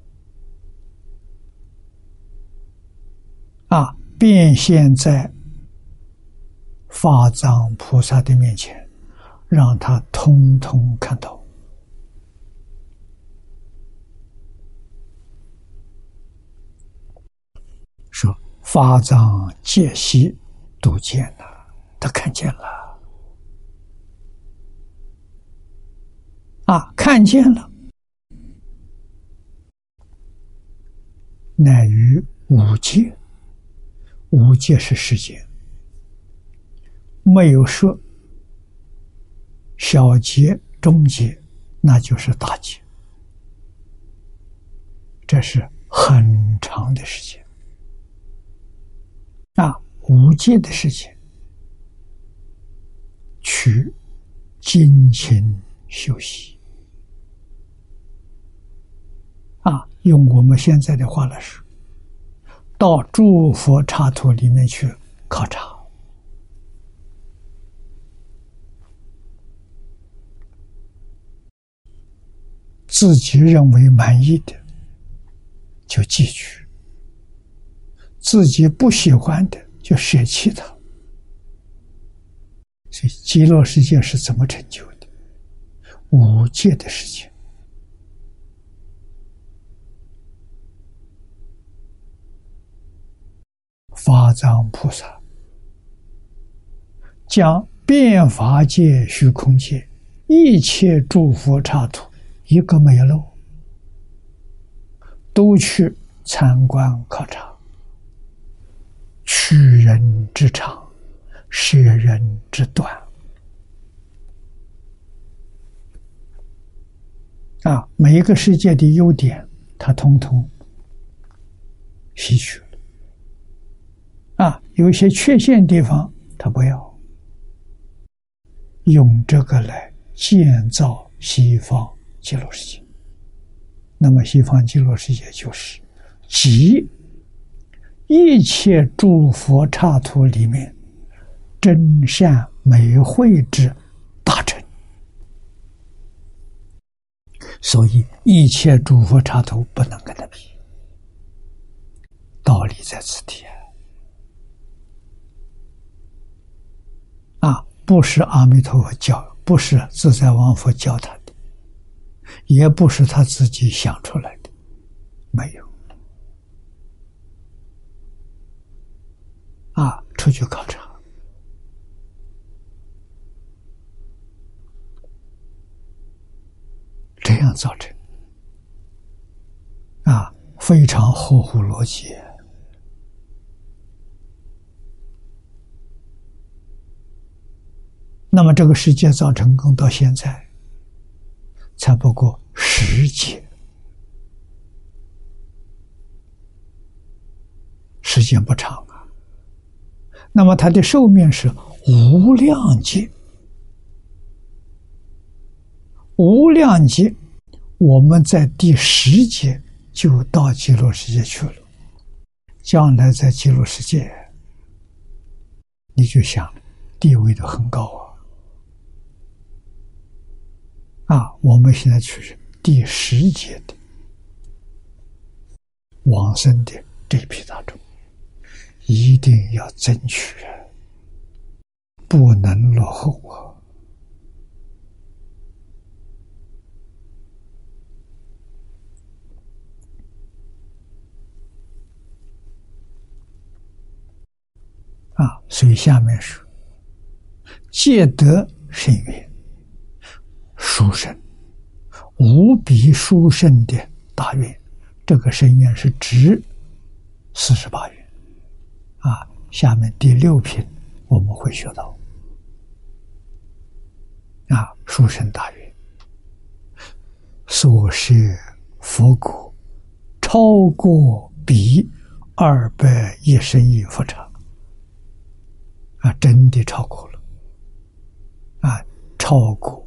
啊！变现在法藏菩萨的面前，让他通通看到。说法藏戒悉都见了，他看见了啊！看见了，乃于五界。五界是世间，没有说小界、中界，那就是大界。这是很长的时间啊！五界的事情，取精勤修习啊！用我们现在的话来说，到诸佛刹土里面去考察，自己认为满意的就记取，自己不喜欢的就舍弃它。所以极乐世界是怎么成就的？五界的事情。法藏菩萨将遍法界、虚空界一切诸佛刹土一个没漏，都去参观考察，取人之长，舍人之短啊！每一个世界的优点，他通通吸取了啊！有一些缺陷地方，他不要，用这个来建造西方极乐世界。那么西方极乐世界就是集一切诸佛刹土里面真善美慧之大成，所以一切诸佛刹土不能跟他比，道理在此地啊！ 啊，不是阿弥陀佛教，不是自在王佛教他的，也不是他自己想出来的，没有。啊，出去考察，这样造成，啊，非常合乎逻辑。那么这个世界造成功到现在，才不过十劫，时间不长啊。那么它的寿命是无量劫，无量劫，我们在第十劫就到极乐世界去了。将来在极乐世界，你就想地位都很高啊。啊，我们现在去第十劫的往生的这一批大众，一定要争取，不能落后啊！啊，所以下面说，戒得甚愿，殊胜，无比殊胜的大愿。这个深愿是指四十八愿啊。下面第六品我们会学到啊，殊胜大愿，所摄佛果超过比二百一十亿佛刹啊，真的超过了啊，超过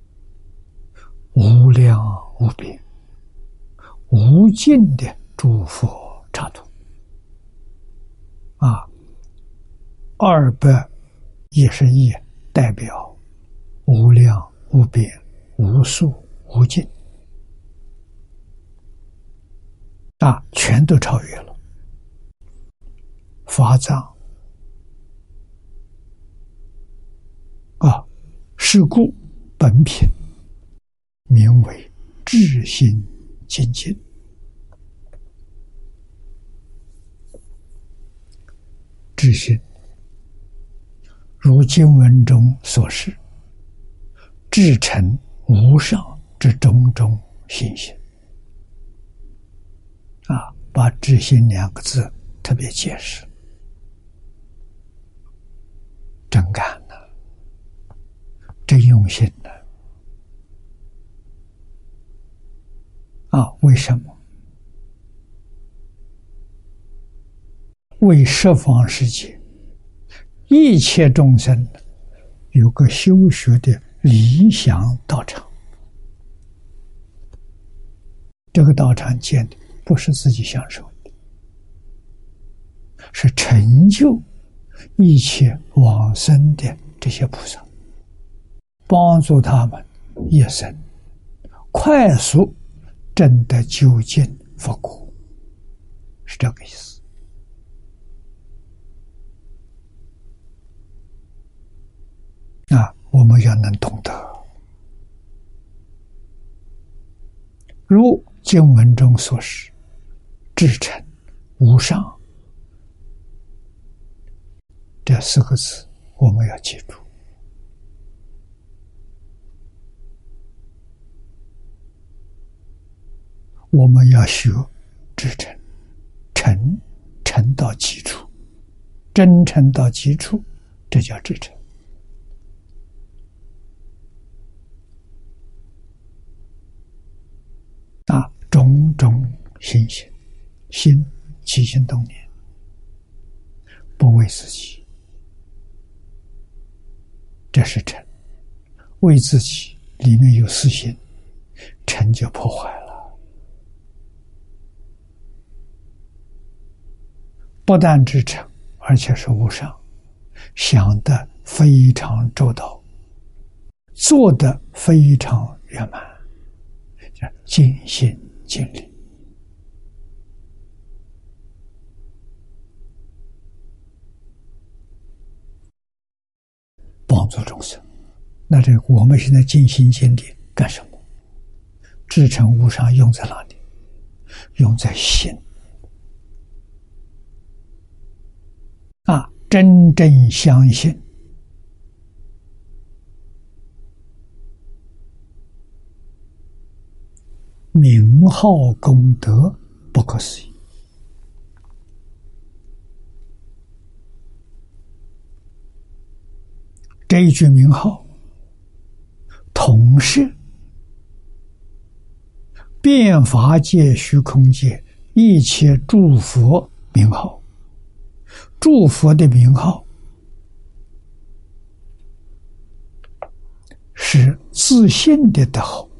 无量无边无尽的诸佛刹土啊，二百一十亿代表无量无边无数无尽啊，全都超越了。法藏啊，是故本品名为至心精进。至心，如经文中所示，至诚无上之种种心性啊，把至心两个字特别解释，真干了，真用心了啊！为什么？为十方世界一切众生有个修学的理想道场，这个道场建的不是自己享受的，是成就一切往生的这些菩萨，帮助他们一生快速证得究竟佛果，是这个意思。啊，我们要能懂得，如经文中所示，至诚无上这四个字，我们要记住。我们要学至诚，诚诚到基础，真诚到基础，这叫至诚。啊，种种心性，心起心动念，不为自己，这是诚；为自己，里面有私心，诚就破坏了。不但至诚，而且是无上，想得非常周到，做得非常圆满。尽心尽力那这我们现在尽心尽力干什么？至诚无上用在哪里？用在心啊！真正相信名号功德不可思议。这一句名号统摄遍法界虚空界一切诸佛名号，诸佛的名号是自信的德号，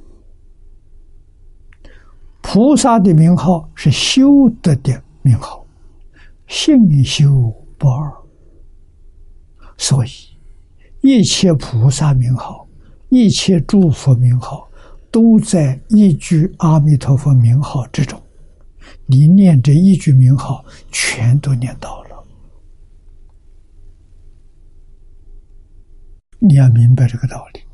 菩萨的名号是修德的名号，信修不二。所以一切菩萨名号，一切诸佛名号，都在一句阿弥陀佛名号之中。你念这一句名号，全都念到了。你要明白这个道理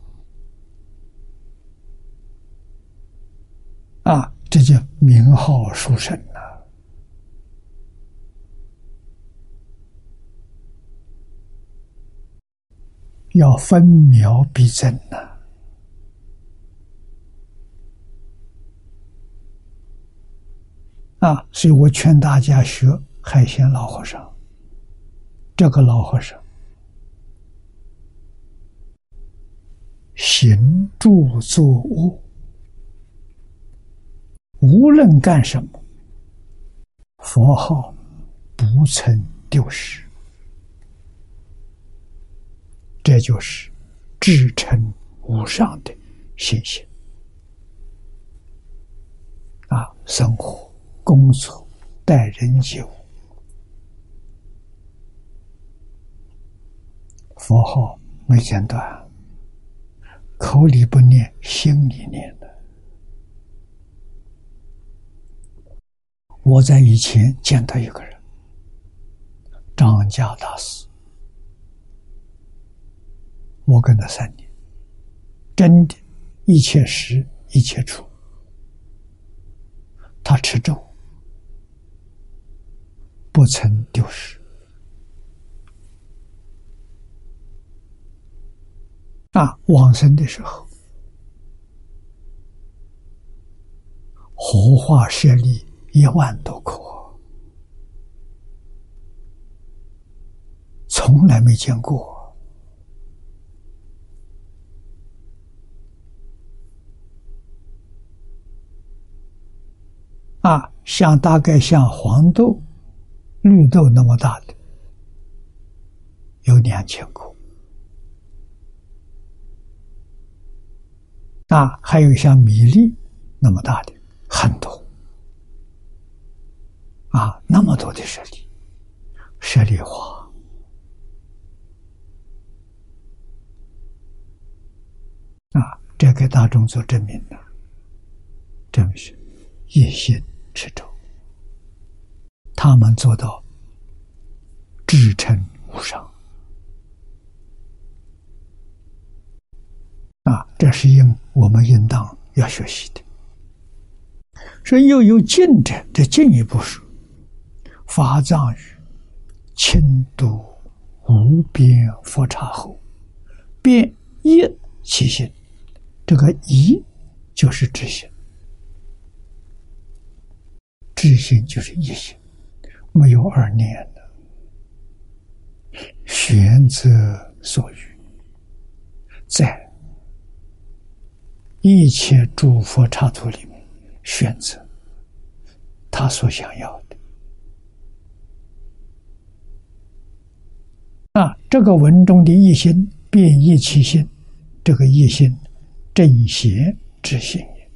啊！这叫名号殊胜啊！要分秒必争呐！啊，所以我劝大家学海鲜老和尚。这个老和尚行住坐卧，无论干什么，佛号不曾丢失。这就是至诚无上的信心啊！生活、工作、待人接物，佛号没间断，口里不念，心里念的。我在以前见到一个人，张家大师，我跟他三年，真的，一切时一切处，他持咒，不曾丢失。啊，往生的时候，活化舍利一万多颗，从来没见过。啊，像大概像黄豆、绿豆那么大的，有两千颗。啊，还有像米粒那么大的很多。啊，那么多的舍利，舍利花。啊，这给大众做证明的，证明是一心持咒，他们做到至诚无上。啊，这是应我们应当要学习的。说又有进者，这进一步说，法藏语清度无边佛刹后，便一其心。这个一就是知心，知心就是一心，没有二念的。选择所欲，在一切诸佛刹土里面选择他所想要的。啊，这个文中的一心变一其心，这个一心正邪之心也。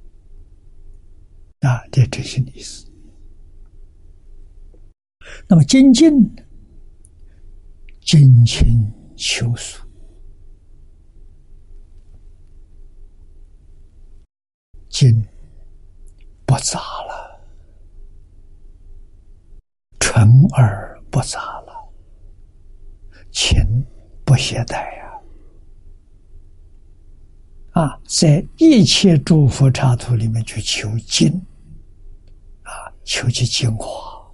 啊，这知心的意思。那么精进，精勤求速，精不杂了，纯而不杂了，勤不懈怠呀、 啊，在一切诸佛刹土里面去求精，啊，求其精华，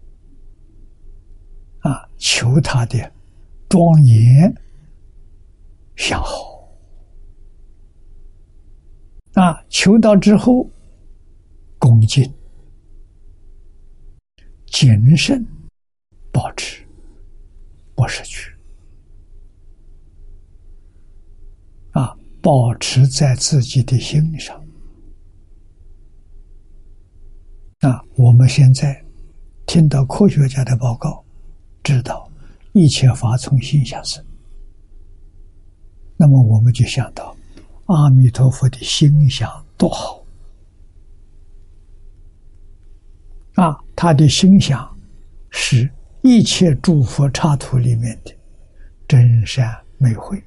啊，求它的庄严相好，啊，求到之后恭敬、谨慎、保持，不失去。啊，保持在自己的心上。啊，我们现在听到科学家的报告，知道一切法从心想生。那么我们就想到，阿弥陀佛的心想多好啊！他的心想是一切诸佛刹土里面的真善美慧。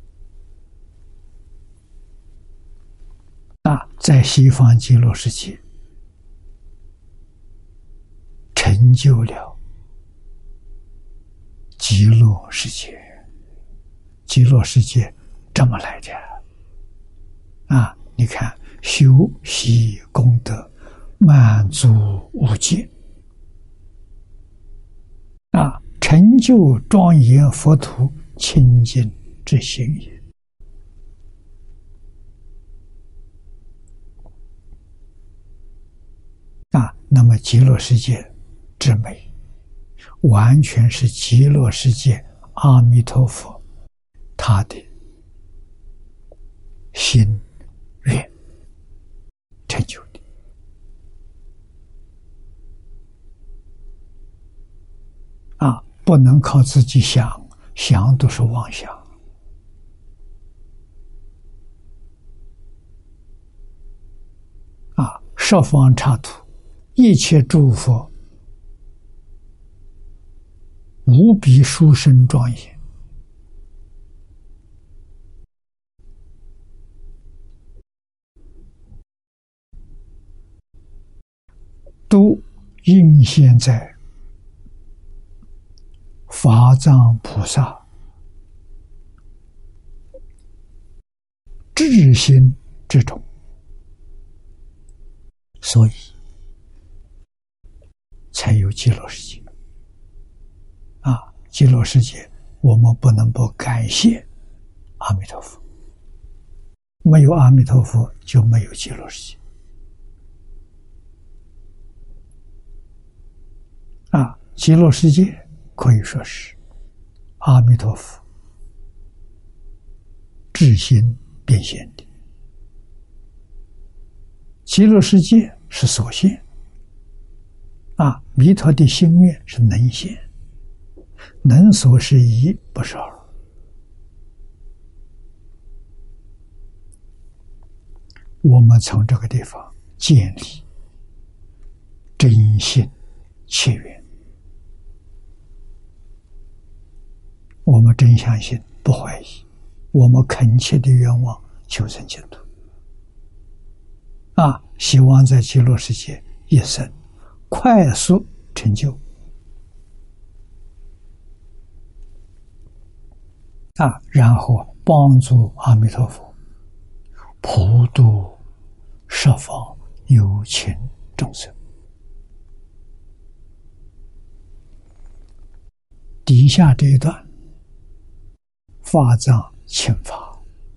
啊，在西方极乐世界成就了极乐世界，极乐世界这么来的啊！你看，修习功德，满足无尽啊，成就庄严佛土清净之心也。啊，那么极乐世界之美，完全是极乐世界阿弥陀佛他的心愿成就的。啊，不能靠自己想，想都是妄想。啊，十方刹土，一切诸佛无比殊胜庄严，都映现在法藏菩萨至心之中，所以才有极乐世界。啊，极乐世界我们不能不感谢阿弥陀佛，没有阿弥陀佛就没有极乐世界。啊，极乐世界可以说是阿弥陀佛至心变现的，极乐世界是所现，啊，弥陀的心愿是能现，能所是一，不是二。我们从这个地方建立真心切愿，我们真相信，不怀疑，我们恳切的愿望求生净土。啊，希望在极乐世界一生快速成就。啊，然后帮助阿弥陀佛普度十方有情众生。底下这一段法藏请法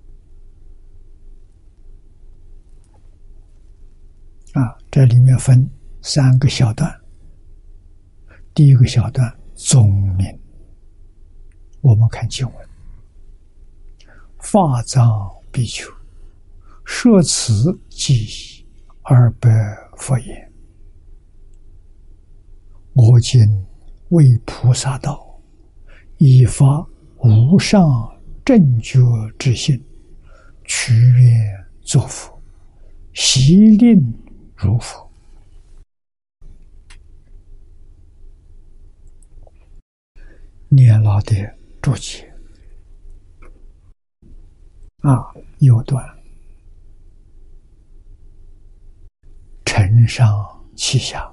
啊，这里面分三个小段。第一个小段宗名，我们看经文：法藏比丘摄此记忆二百佛言：我今为菩萨道，以发无上正觉之心，屈愿作佛，悉令如佛。念老的注解啊，右段承上启下，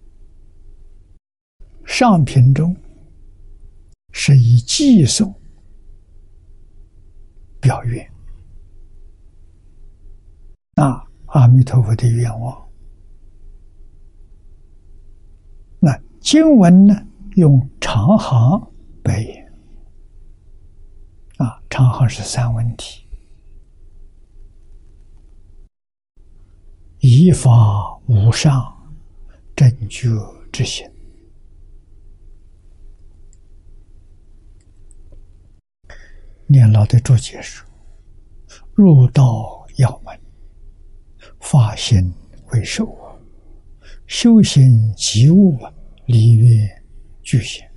上品中是以寄送表愿， 啊，阿弥陀佛的愿望。那经文呢，用长行白言。啊，长行是三问题：依法无上，正觉之行。念老的注解说：入道要门，发心为首啊，修行及物啊，离愿具现。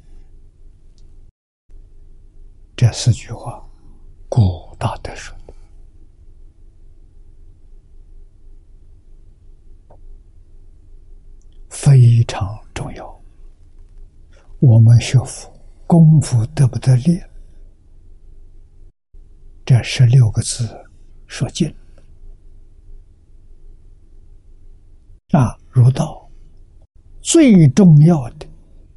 这四句话，古大德说的，非常重要。我们学佛功夫得不得力，这十六个字说尽啊，入道最重要的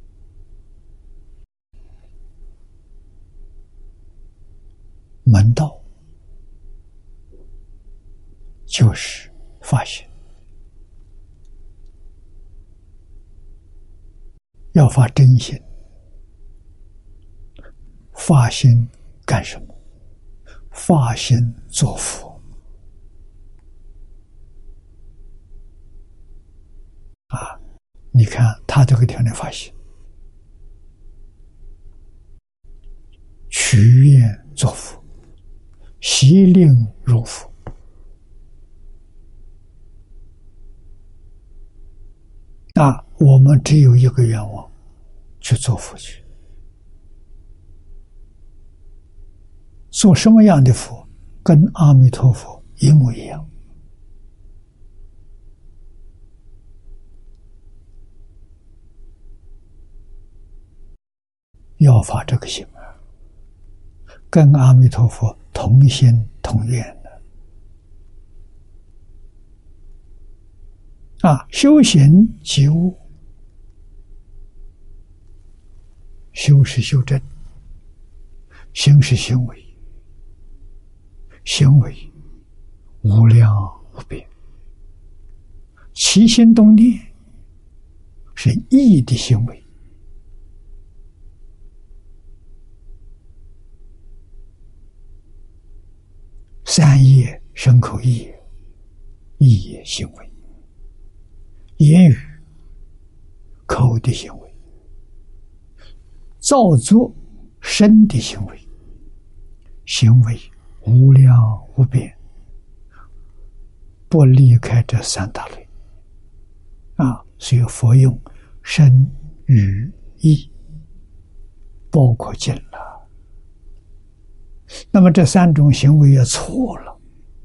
门道就是发心，要发真心。发心干什么？发心做佛啊！你看他这个条件发心，取愿作佛，习令入佛啊！我们只有一个愿望，去做佛去。做什么样的佛，跟阿弥陀佛一模一样。要发这个心啊，跟阿弥陀佛同心同愿的啊！修行即悟，修是修正，行是行为。行为无量无边，起心动念是义的行为，三业身口意，意业行为，言语口的行为，造作身的行为，行为无量无边，不离开这三大类啊！所以佛用身语意包括进了。那么这三种行为也错了，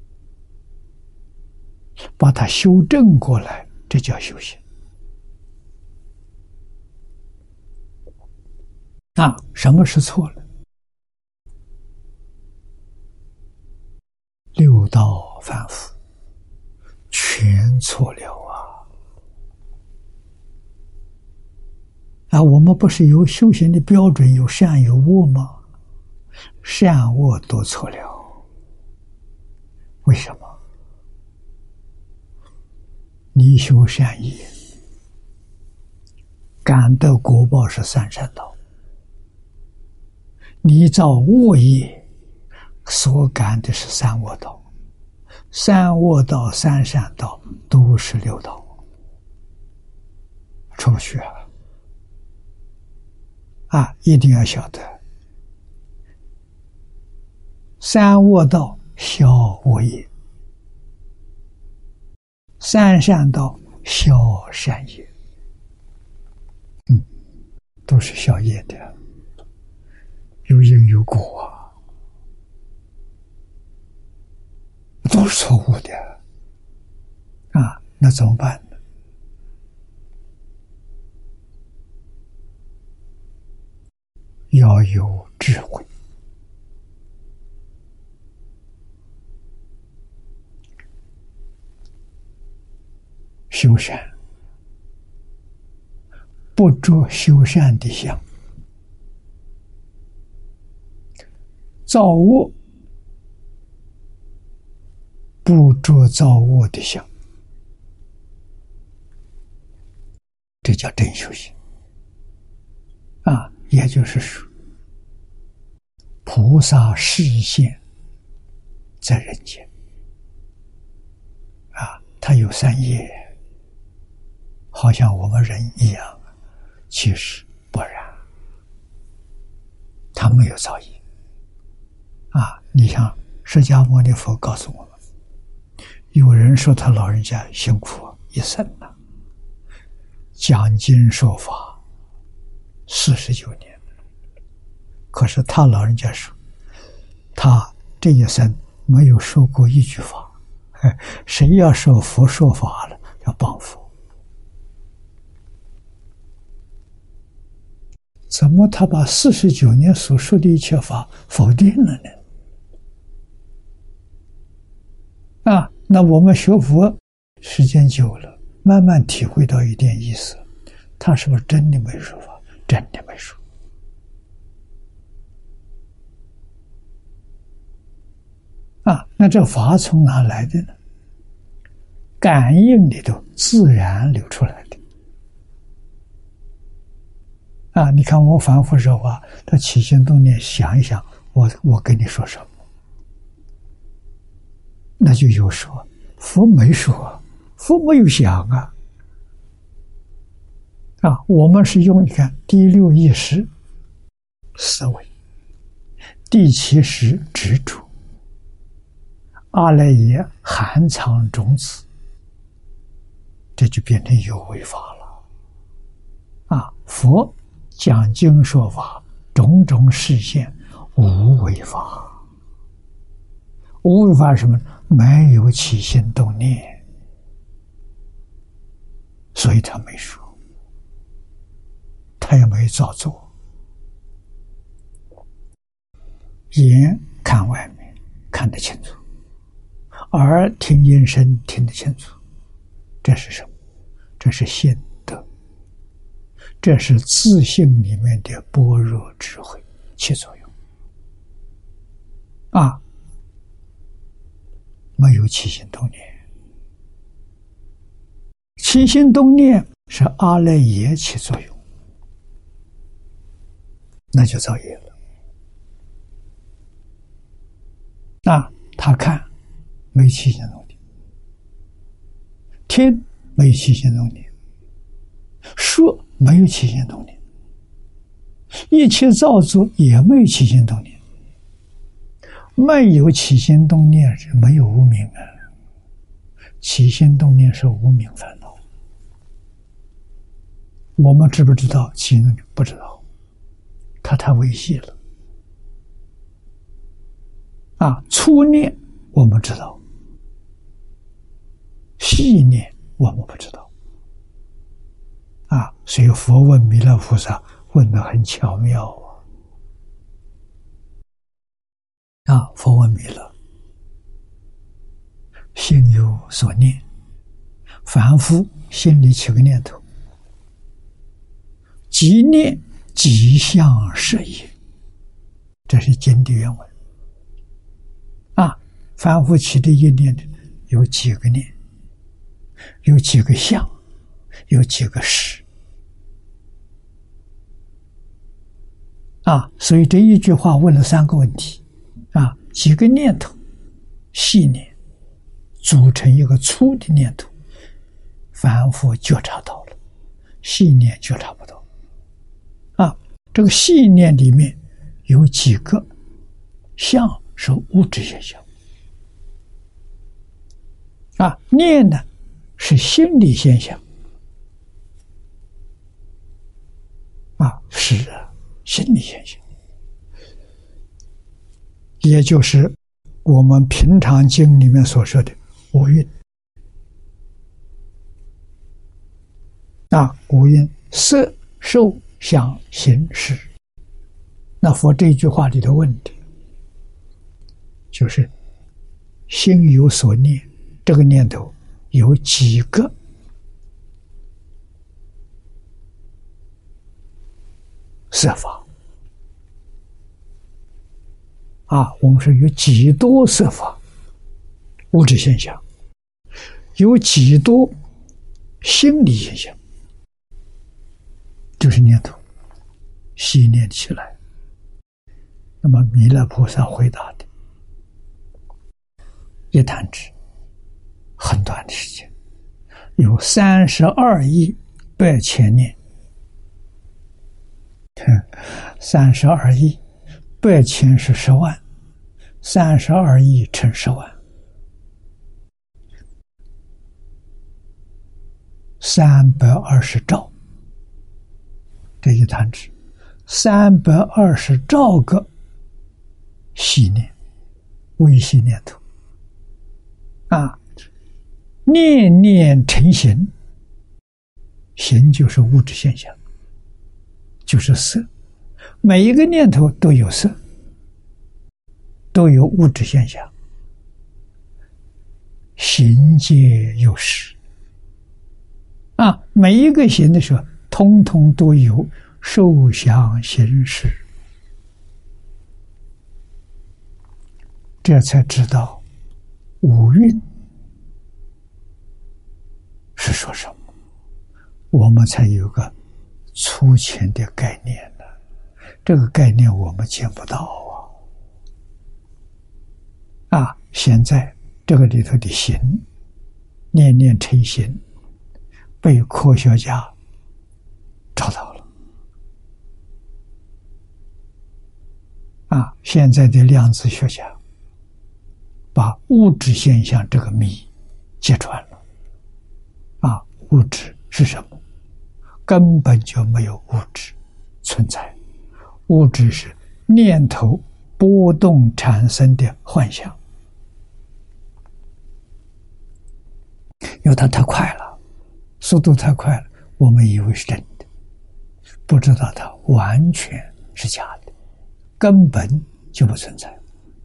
把它修正过来，这叫修行啊！什么是错了？六道凡夫全错了啊！啊，我们不是有修行的标准，有善有恶吗？善恶都错了，为什么？你修善业，感得果报是三善道；你造恶业，所感的是三恶道。三恶道、三善道都是六道，出不去啊！啊，一定要晓得，三恶道消恶业，三善道消善业，嗯，都是消业的，有因有果啊。都是错误的啊！那怎么办呢？要有智慧，修善不着修善的相，造恶不着造物的相，这叫真修行啊！也就是说，菩萨示现在人间啊，他有三业，好像我们人一样，其实不然，他没有造业啊！你像释迦牟尼佛告诉我们，有人说他老人家辛苦一生了，讲经说法四十九年，可是他老人家说，他这一生没有说过一句法。谁要说佛说法了，要帮佛。怎么他把四十九年所说的一切法否定了呢？啊，那我们学佛时间久了，慢慢体会到一点意思，他是不是真的没说法？真的没说。啊，那这法从哪来的呢？感应里头自然流出来的。啊，你看我反复说话，他起心动念想一想，我我跟你说什么，那就有说。佛没说，佛没有想啊。啊，我们是用你看第六意识思维，第七识执着，阿赖耶含藏种子，这就变成有为法了。啊，佛讲经说法，种种示现无为法。无为法是什么？没有起心动念，所以他没说，他也没造作。眼看外面看得清楚，耳听音声听得清楚，这是什么？这是心得，这是自性里面的般若智慧起作用啊，没有起心动念。起心动念是阿赖耶起作用，那就造业了。啊，他看没起心动念，听没起心动念，说没有起心动念，一切造作也没有起心动念。没有起心动念是没有无明啊，起心动念是无明烦恼。我们知不知道起心动念？不知道，它太微细了。啊，粗念我们知道，细念我们不知道。啊，所以佛问弥勒菩萨问得很巧妙啊！啊，佛问弥勒：心有所念，凡夫心里起个念头，即念即相摄也。这是经的原文。啊，凡夫起的一念有几个念，有几个相，有几个识。啊，所以这一句话问了三个问题。啊，几个念头，细念组成一个粗的念头，凡夫觉察到了，细念觉察不到。啊，这个细念里面有几个相是物质现象，啊，念呢是心理现象，啊，是啊，心理现象。也就是我们平常经里面所说的五蕴啊，五蕴色受想行识。那佛这句话里的问题就是心有所念，这个念头有几个色法啊？我们说有几多色法？ 物质现象，有几多心理现象，就是念头习念起来。那么弥勒菩萨回答的一弹指，很短的时间，有三十二亿百千年。三十二亿，百千是十万，三十二亿乘十万，三百二十兆。这一弹指，三百二十兆个细念，微细念头啊，念念成形，形就是物质现象，就是色，每一个念头都有色，都有物质现象，形皆有实啊，每一个形的时候，通通都有受想行识，这才知道五蕴是说什么，我们才有个粗浅的概念了。这个概念我们见不到啊！啊，现在这个里头的形，念念成形，被科学家找到了。啊，现在的量子学家把物质现象这个谜揭穿了。啊，物质是什么？根本就没有物质存在，物质是念头波动产生的幻象，因为它太快了，速度太快了，我们以为是真的，不知道它完全是假的，根本就不存在。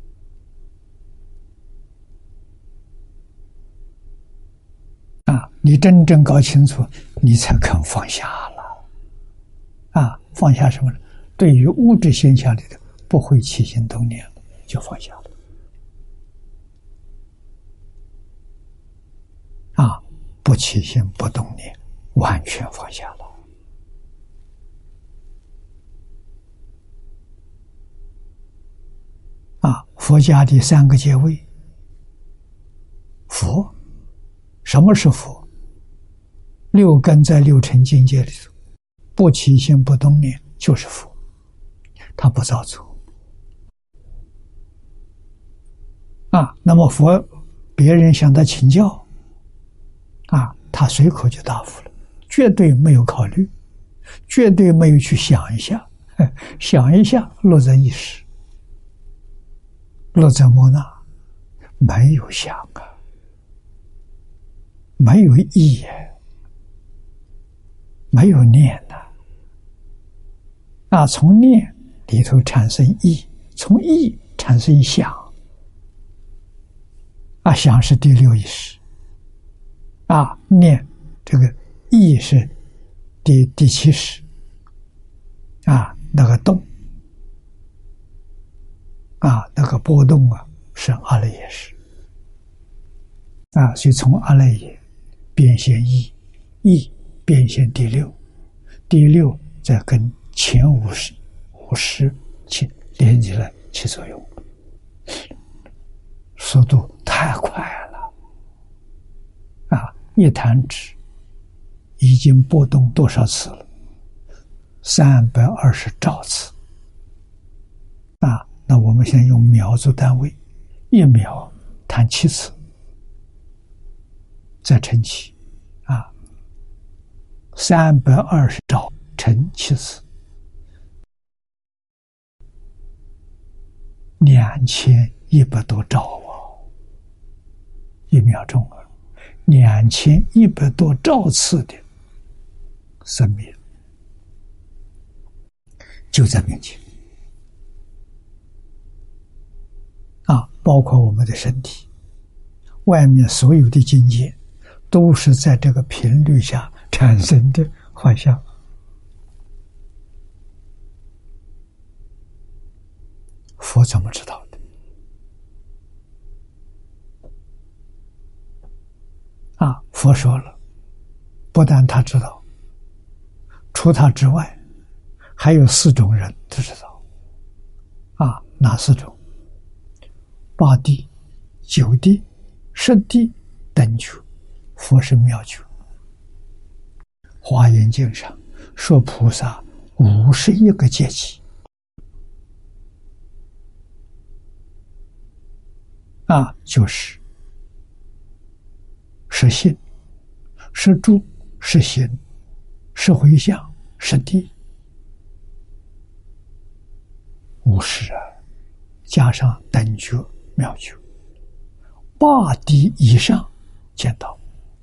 啊，你真正搞清楚，你才肯放下了。啊，放下什么呢？对于物质现象里的不会起心动念了，就放下了。啊，不起心不动念，完全放下了。啊，佛家的三个阶位，佛。什么是佛？六根在六尘境界里头，不起心不动念就是佛，他不造作。啊，那么佛，别人向他请教，啊，他随口就答复了，绝对没有考虑，绝对没有去想一下，想一下落在意识，落在莫那，没有想啊。没有意，没有念呐、啊，啊，从念里头产生意，从意产生想，啊，想是第六意识，啊，念这个意是第第七识，啊，那个动，啊，那个波动啊，是阿赖耶识，啊，所以从阿赖耶变现意，意变现第六，第六再跟前五十五十起连起来起作用，速度太快了啊！一弹指已经波动多少次了？三百二十兆次啊！那我们现在用秒做单位，一秒弹七次。再乘七，啊，三百二十兆乘七次，两千一百多兆哦，一秒钟啊，两千一百多兆次的生命就在面前啊，包括我们的身体，外面所有的境界。都是在这个频率下产生的幻象。佛怎么知道的？ 佛说了，不但他知道，除他之外，还有四种人都知道。啊，哪四种？八地、九地、十地、等觉，佛是妙觉。华严经上说菩萨五十一个阶级。啊，就是是信、是住、是行、是回向、是地，五十啊，加上等觉、妙觉，八地以上见到。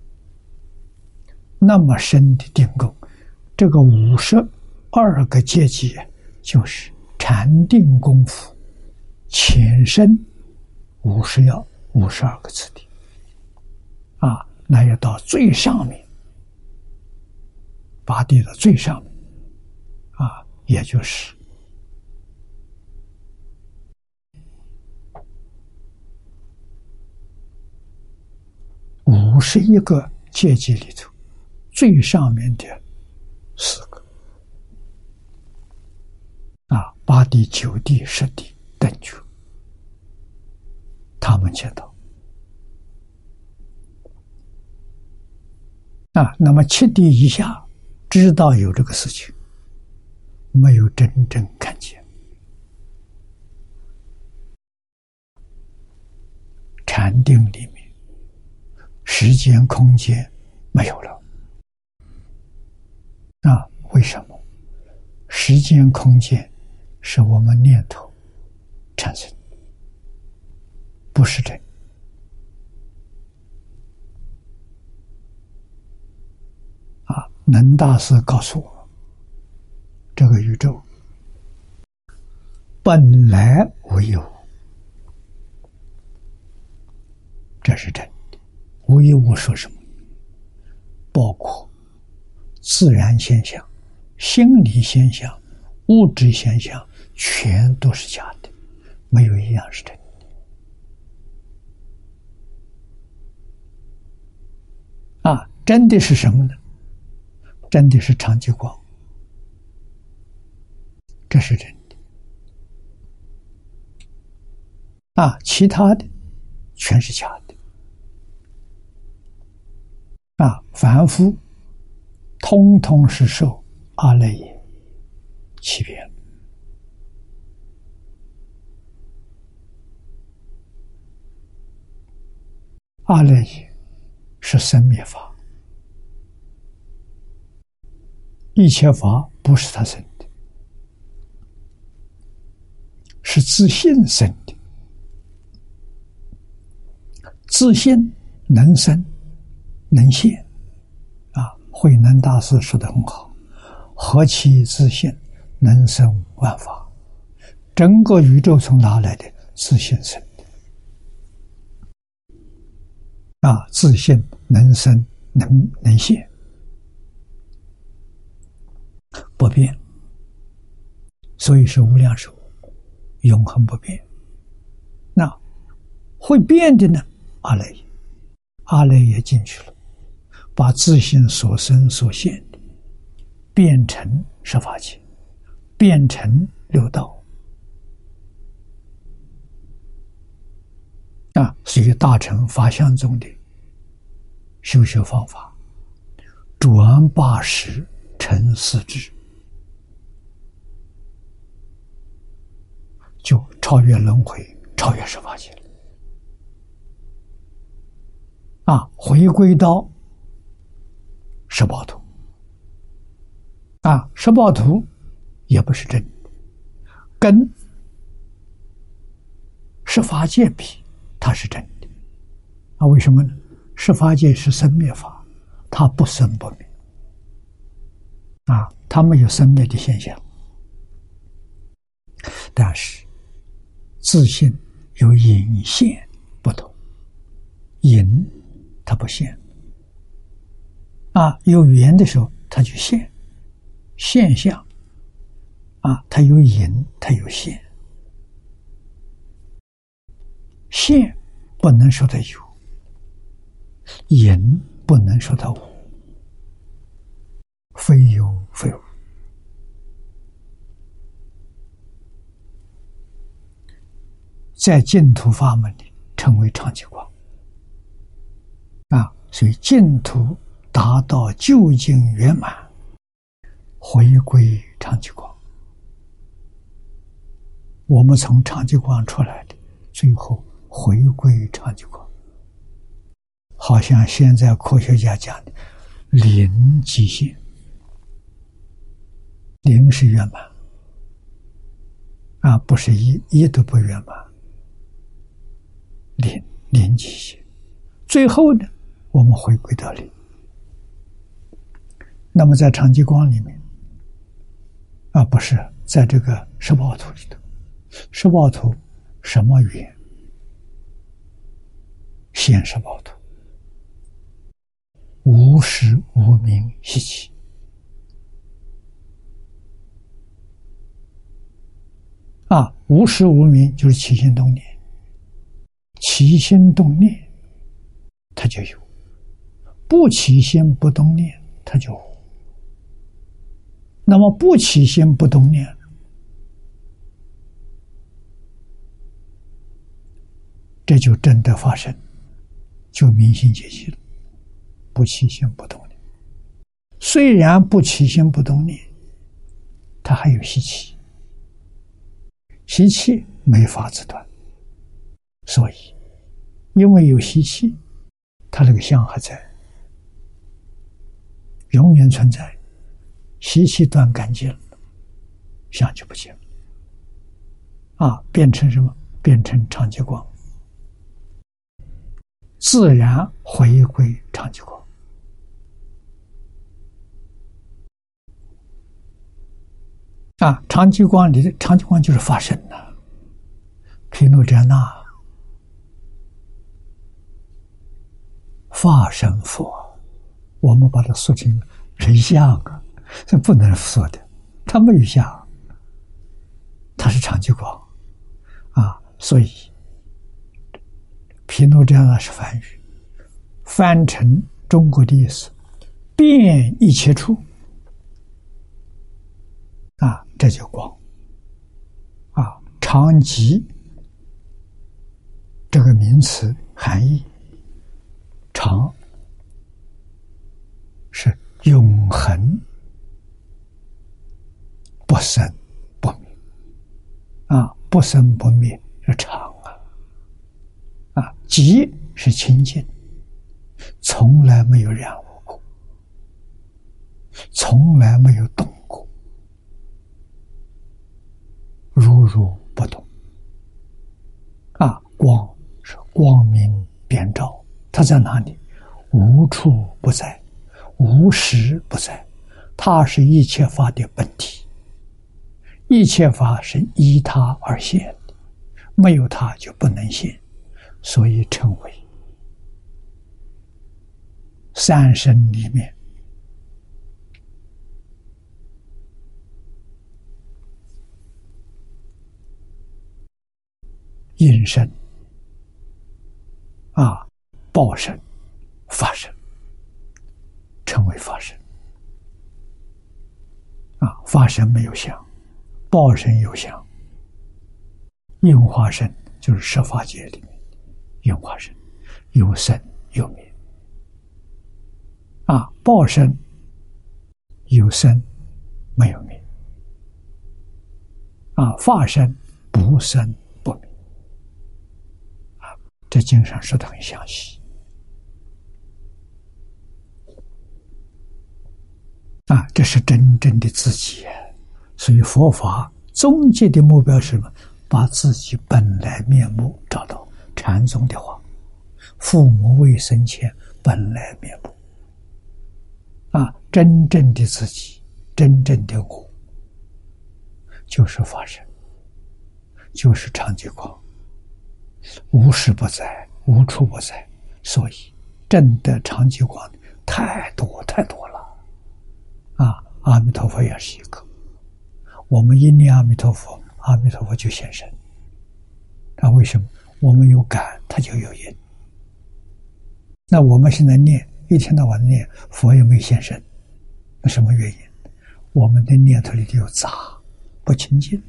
那么深的定功，这个五十二个阶级就是禅定功夫前身五十要五十二个次第啊，那要到最上面，八地的最上面啊，也就是五十一个阶级里头最上面的四个啊，八地、九地、十地、等觉，他们见到啊。那么七地以下知道有这个事情，没有真正看见。禅定里面，时间空间没有了。啊，为什么？时间空间是我们念头产生的，不是真。啊，能大师告诉我，这个宇宙本来无一物，这是真的。无一物说什么？包括自然现象、心理现象、物质现象，全都是假的，没有一样是真的。啊，真的是什么呢？真的是长极光，这是真的。啊，其他的全是假的。啊，凡夫通通是受阿赖耶欺骗。阿赖耶是生灭法，一切法不是他生的，是自信生的。自信能生能现啊，慧能大师说得很好，何其自信能生万法。整个宇宙从哪来的？自信生的啊，自信能生能能现，不变，所以是无量寿，永恒不变。那会变的呢？阿赖耶，阿赖耶进去了，把自信所生所现的变成十法界，变成六道啊，所以大乘法相中的修学方法，转八识成四智，就超越轮回，超越十法界了。啊，回归到十报图啊，十报图也不是真的，跟十法界比，它是真的。啊，为什么呢？十法界是生灭法，它不生不灭啊，它没有生灭的现象。但是自信有隐现不同，隐它不现啊，有缘的时候它就现现象啊，它有隐它有现，现不能说它有，隐不能说它无，非有非无。在净土法门里称为常寂光啊，所以净土达到究竟圆满，回归常寂光。我们从常寂光出来的，最后回归常寂光。好像现在科学家讲的零极限，零是圆满啊，不是一，一都不圆满，零零极限。最后呢，我们回归到零。那么在常寂光里面啊，不是在这个十报图里头，十报图什么缘？现十报图，无时无明习气啊，无时无明就是起心动念，起心动念它就有，不起心不动念它就无。那么不起心不动念，这就真的发生，就明心见性了。不起心不动念，虽然不起心不动念，它还有习气，习气没法子断，所以因为有习气，它那个相还在，永远存在。习气断干净了，相就不见了啊，变成什么？变成常寂光，自然回归常寂光。啊，常寂光里的常寂光就是法身呐、啊，毗卢遮那法身佛，我们把它说成人像啊，这不能说的，它没有像，它是常寂光啊，所以毗卢遮那是梵语，翻成中国的意思，遍一切处。啊，这就光啊，常寂这个名词含义，常是永恒不生不灭啊，不生不灭是常啊，啊，寂是清净，从来没有染污过，从来没有动过，如如不动啊，光是光明遍照，它在哪里？无处不在，无时不在，它是一切法的本体，一切法是依它而现的，没有它就不能现，所以称为三身里面应身啊，报身、法身，称为法身啊。法身没有相，报身有相。应化身就是十法界里面应化身，有生有灭啊。报身有生没有灭啊，法身不生不灭。这经上说的很详细啊，这是真正的自己。所以佛法终极的目标是什么？把自己本来面目找到。禅宗的话，父母未生前本来面目啊，真正的自己，真正的我，就是法身，就是常寂光，无时不在，无处不在。所以证得常寂光的太多太多了啊！阿弥陀佛也是一个，我们一念阿弥陀佛，阿弥陀佛就现身。那为什么？我们有感，它就有因。那我们现在念一天到晚念佛也没现身，那什么原因？我们的念头里头有杂，不清净，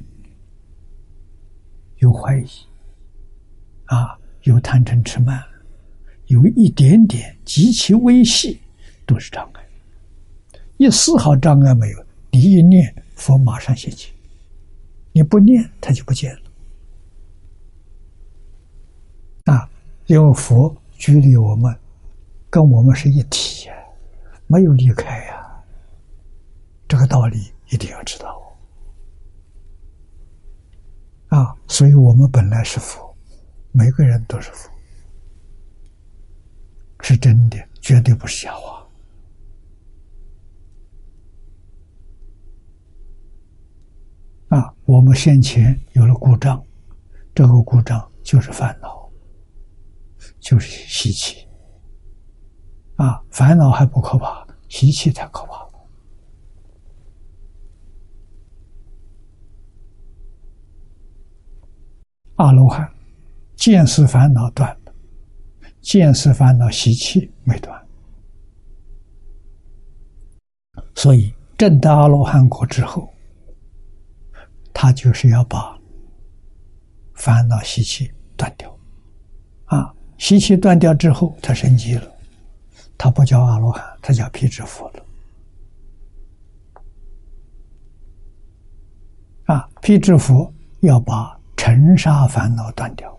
有怀疑啊，有贪嗔痴慢，有一点点极其微细，都是障碍。一丝毫障碍没有，你一念佛马上现起，你不念它就不见了啊！因为佛距离我们跟我们是一体呀、啊，没有离开呀、啊，这个道理一定要知道啊！所以我们本来是佛，每个人都是佛，是真的，绝对不是假话。啊，我们先前有了故障，这个故障就是烦恼，就是习气。啊，烦恼还不可怕，习气才可怕。阿罗汉见思烦恼断了，见思烦恼习气没断，所以证得阿罗汉果之后，他就是要把烦恼习气断掉啊！习气断掉之后，他升级了，他不叫阿罗汉，他叫辟支佛了啊！辟支佛要把尘沙烦恼断掉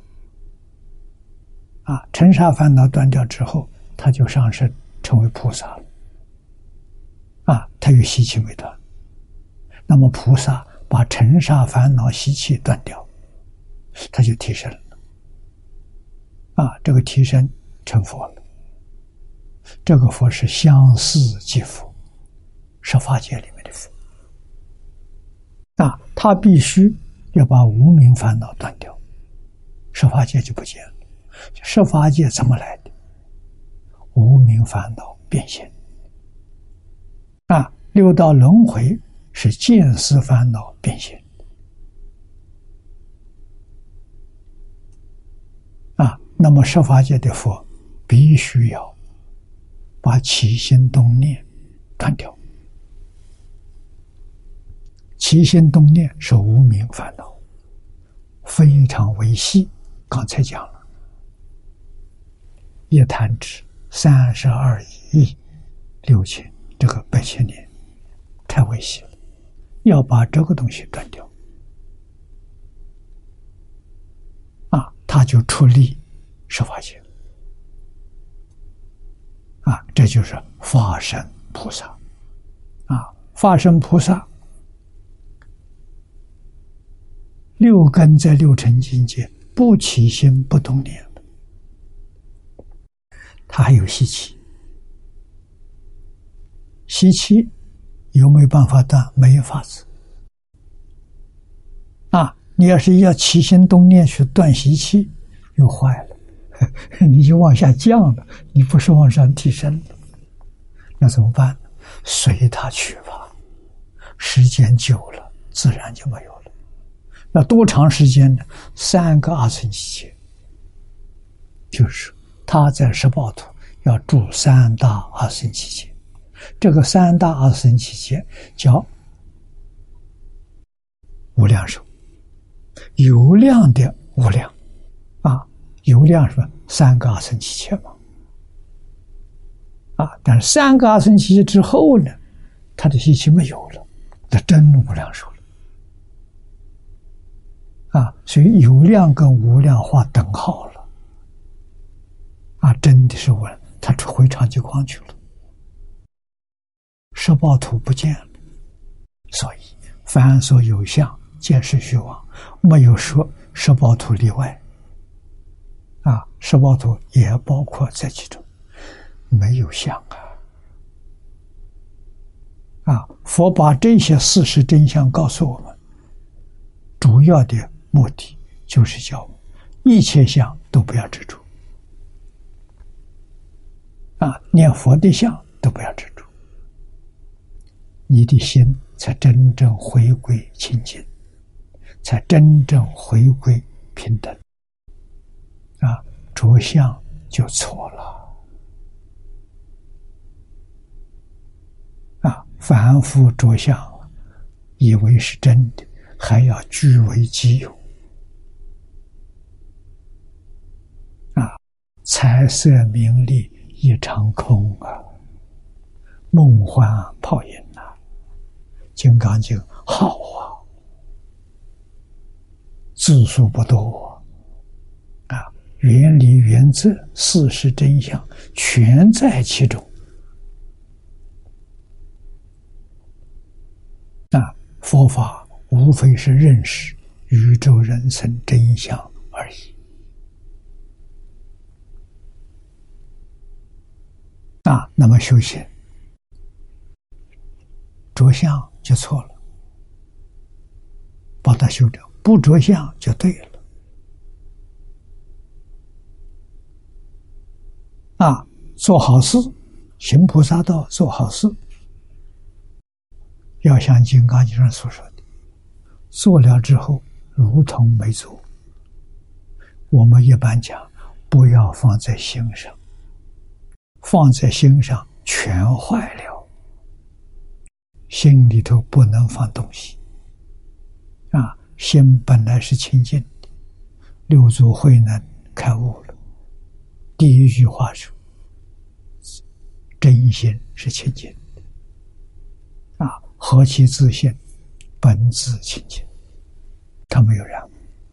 啊！尘沙烦恼断掉之后，他就上升成为菩萨了啊！他有习气没断，那么菩萨把尘沙烦恼习气断掉，他就提升了啊！这个提升成佛了。这个佛是相似即佛，十法界里面的佛啊，他必须要把无明烦恼断掉，十法界就不见了。十法界怎么来的？无明烦恼变现啊！六道轮回是见思烦恼变现啊！那么十法界的佛必须要把起心动念断掉。起心动念是无明烦恼，非常微细。刚才讲了，一弹指三十二亿六千，这个八千年太微细了，要把这个东西断掉啊，他就出离十法界啊，这就是法身菩萨啊，法身菩萨六根在六尘境界不起心不动念，他还有习气，习气有没有办法断？没有法子啊！你要是要起心动念去断习气，又坏了，你就往下降了，你不是往上提升了，那怎么办？随他去吧，时间久了自然就没有了。那多长时间呢？三个二乘期间，就是他在十报土要住三大二乘期间，这个三大二乘期间叫无量寿，有量的无量啊，有量是吧？三个二乘期间嘛啊，但是三个二乘期间之后呢，他的习气没有了，那真无量寿了。啊，所以有量跟无量画等号了，啊，真的是稳，他回长吉光去了，十报土不见了，所以凡所有相，皆是虚妄，没有说十报土例外，啊，十报土也包括在其中，没有相啊，啊，佛把这些事实真相告诉我们，主要的目的就是叫一切相都不要执着啊，念佛的相都不要执着，你的心才真正回归清净，才真正回归平等啊，着相就错了凡夫着相，以为是真的，还要据为己有。啊，财色名利一场空啊，梦幻泡影啊！金刚经好啊，字数不多啊，原理原则、事实真相全在其中啊！佛法无非是认识宇宙人生真相而已啊！那么修行着相就错了，把它修掉；不着相就对了。啊，做好事，行菩萨道，做好事，要像《金刚经》上所说的，做了之后如同没做。我们一般讲，不要放在心上，放在心上全坏了。心里头不能放东西啊，心本来是清净的，六祖慧能开悟了。第一句话说，真心是清净的啊，何其自信，本自清净，他没有染污，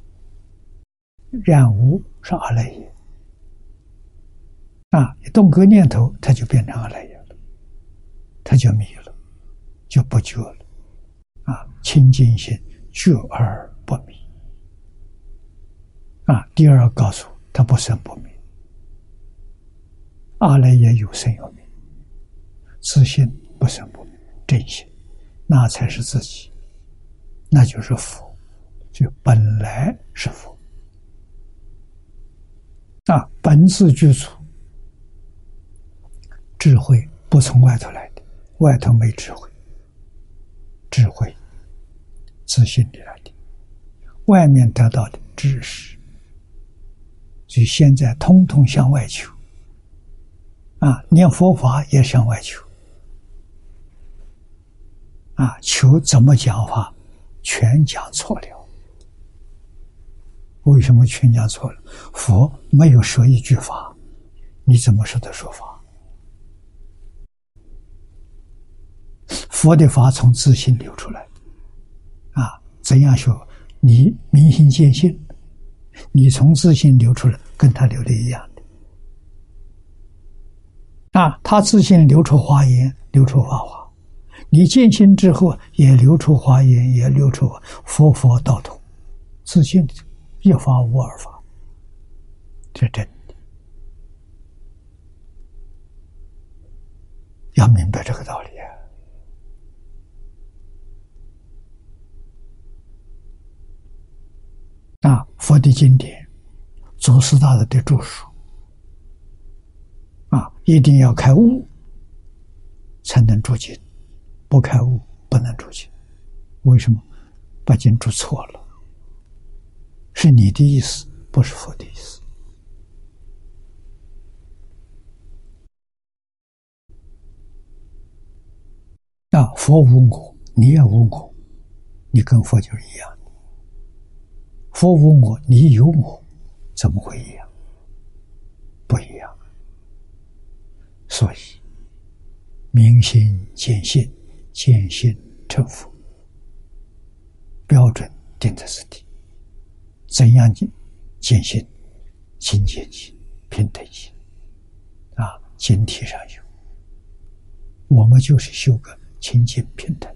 染污是阿赖耶啊，一动个念头，他就变成阿赖耶了，他就迷了，就不觉了啊！清净心觉而不迷啊。第二告诉他不生不灭，阿赖耶有生有灭，自信不生不灭，真心那才是自己，那就是佛，就本来是佛啊，本自具足，智慧不从外头来的，外头没智慧。智慧自信里来的，外面得到的知识，所以现在通通向外求啊，念佛法也向外求啊，求怎么讲法，全讲错了。为什么全讲错了？佛没有说一句法，你怎么说的说法？佛的法从自信流出来啊，怎样说？你明心见性，你从自信流出来，跟他流的一样的啊。他自信流出华严，流出法华，你见性之后也流出华严，也流出佛佛道统，自信一法无二法，这真的要明白这个道理啊。啊，佛的经典，祖师大德的著述，啊，一定要开悟才能注经，不开悟不能注经。为什么？把经注错了，是你的意思，不是佛的意思。啊，佛无我，你也无我，你跟佛就是一样。佛无我，你有我，怎么会一样？不一样。所以明心见性，见性成佛，标准定在此地。怎样见性？清净心、平等心啊，经体上有，我们就是修个清净平等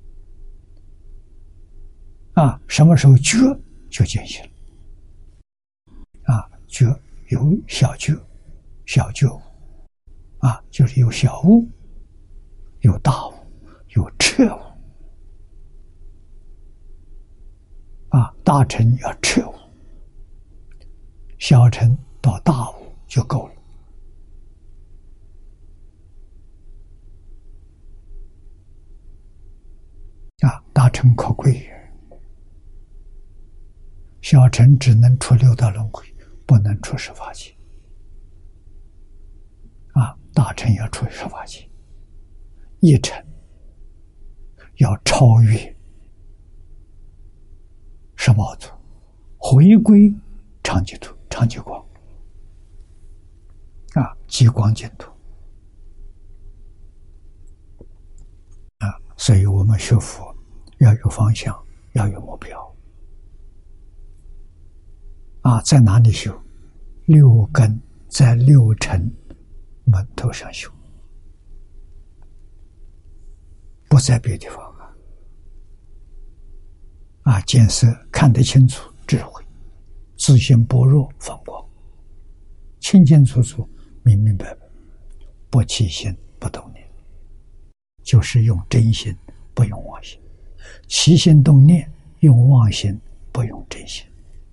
啊。什么时候觉就见性啊？觉有小觉、小觉悟啊，就是有小悟、有大悟、有彻悟啊。大乘要彻悟，小乘到大悟就够了啊。大乘可贵也，小乘只能出六道轮回，不能出十法界啊。大乘要出十法界，一乘要超越十报图，回归长极图、长极光啊，极光净土啊。所以我们学佛要有方向，要有目标啊。在哪里修？六根在六尘门头上修，不在别的地方啊。啊，见色看得清楚，智慧，自信般若放光，清清楚楚，明明白白，不起心不动念，就是用真心，不用妄心；起心动念，用妄心，不用真心。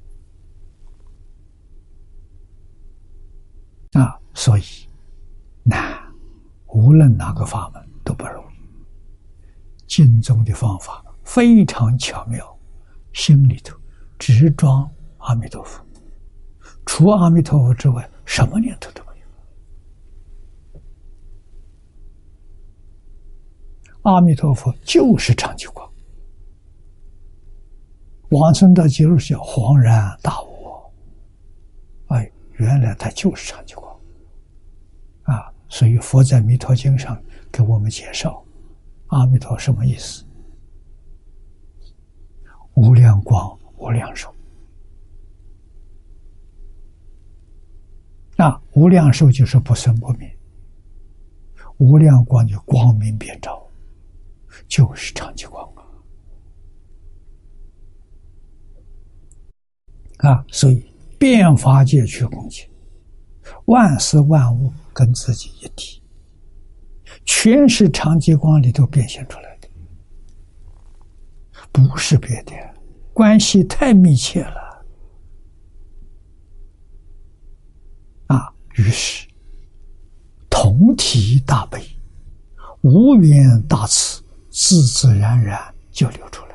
啊，所以难，无论哪个法门都不容易。经中的方法非常巧妙，心里头只装阿弥陀佛，除阿弥陀佛之外，什么念头都没有。阿弥陀佛就是长寂光，往生到极乐世界恍然大悟，哎，原来它就是长寂光啊！所以佛在《弥陀经》上给我们介绍阿弥陀什么意思？无量光，无量寿啊！无量寿就是不生不灭，无量光就光明遍照，就是长寂光啊！所以遍法界虚空界，万事万物跟自己一体，全是长寂光里头变现出来的，不是别的，关系太密切了啊！于是同体大悲，无缘大慈，自自然然就流出来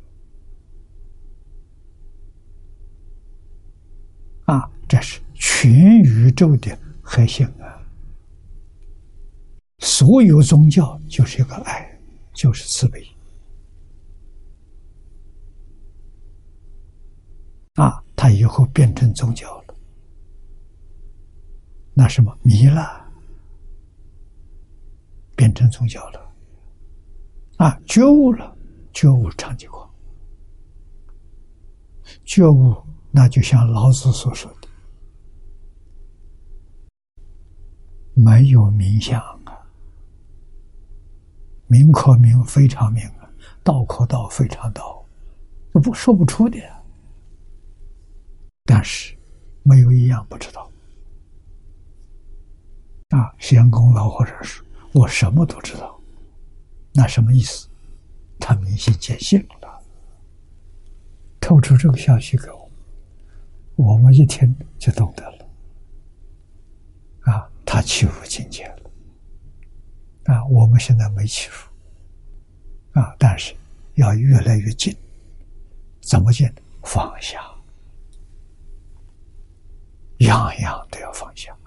啊！这是全宇宙的核心啊！所有宗教就是一个爱，就是慈悲啊！它以后变成宗教了，那什么弥勒变成宗教了啊！觉悟了，觉悟长寂光，觉悟那就像老子所说的，没有名相啊，名可名，非常名啊，道可道，非常道，这不说不出的。但是没有一样不知道啊！仙公老和尚说：“我什么都知道。”那什么意思？他明心见性了，透出这个消息给我，我们一听就懂得了啊！他起入境界了啊！我们现在没起入啊，但是要越来越近。怎么近？放下，样样都要放下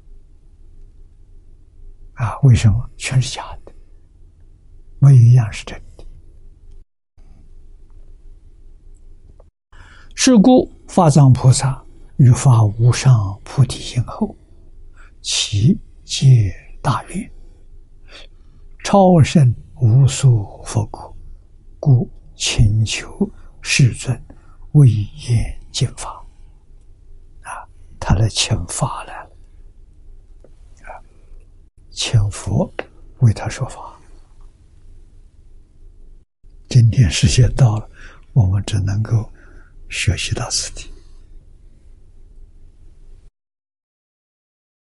啊！为什么？全是假的，没有一样是真的。是故法藏菩萨于发无上菩提心后，其皆大愿，超胜无数佛国，故请求世尊为言经法啊！他来请法来了啊，请佛为他说法。今天时间到了，我们只能够学习到此地。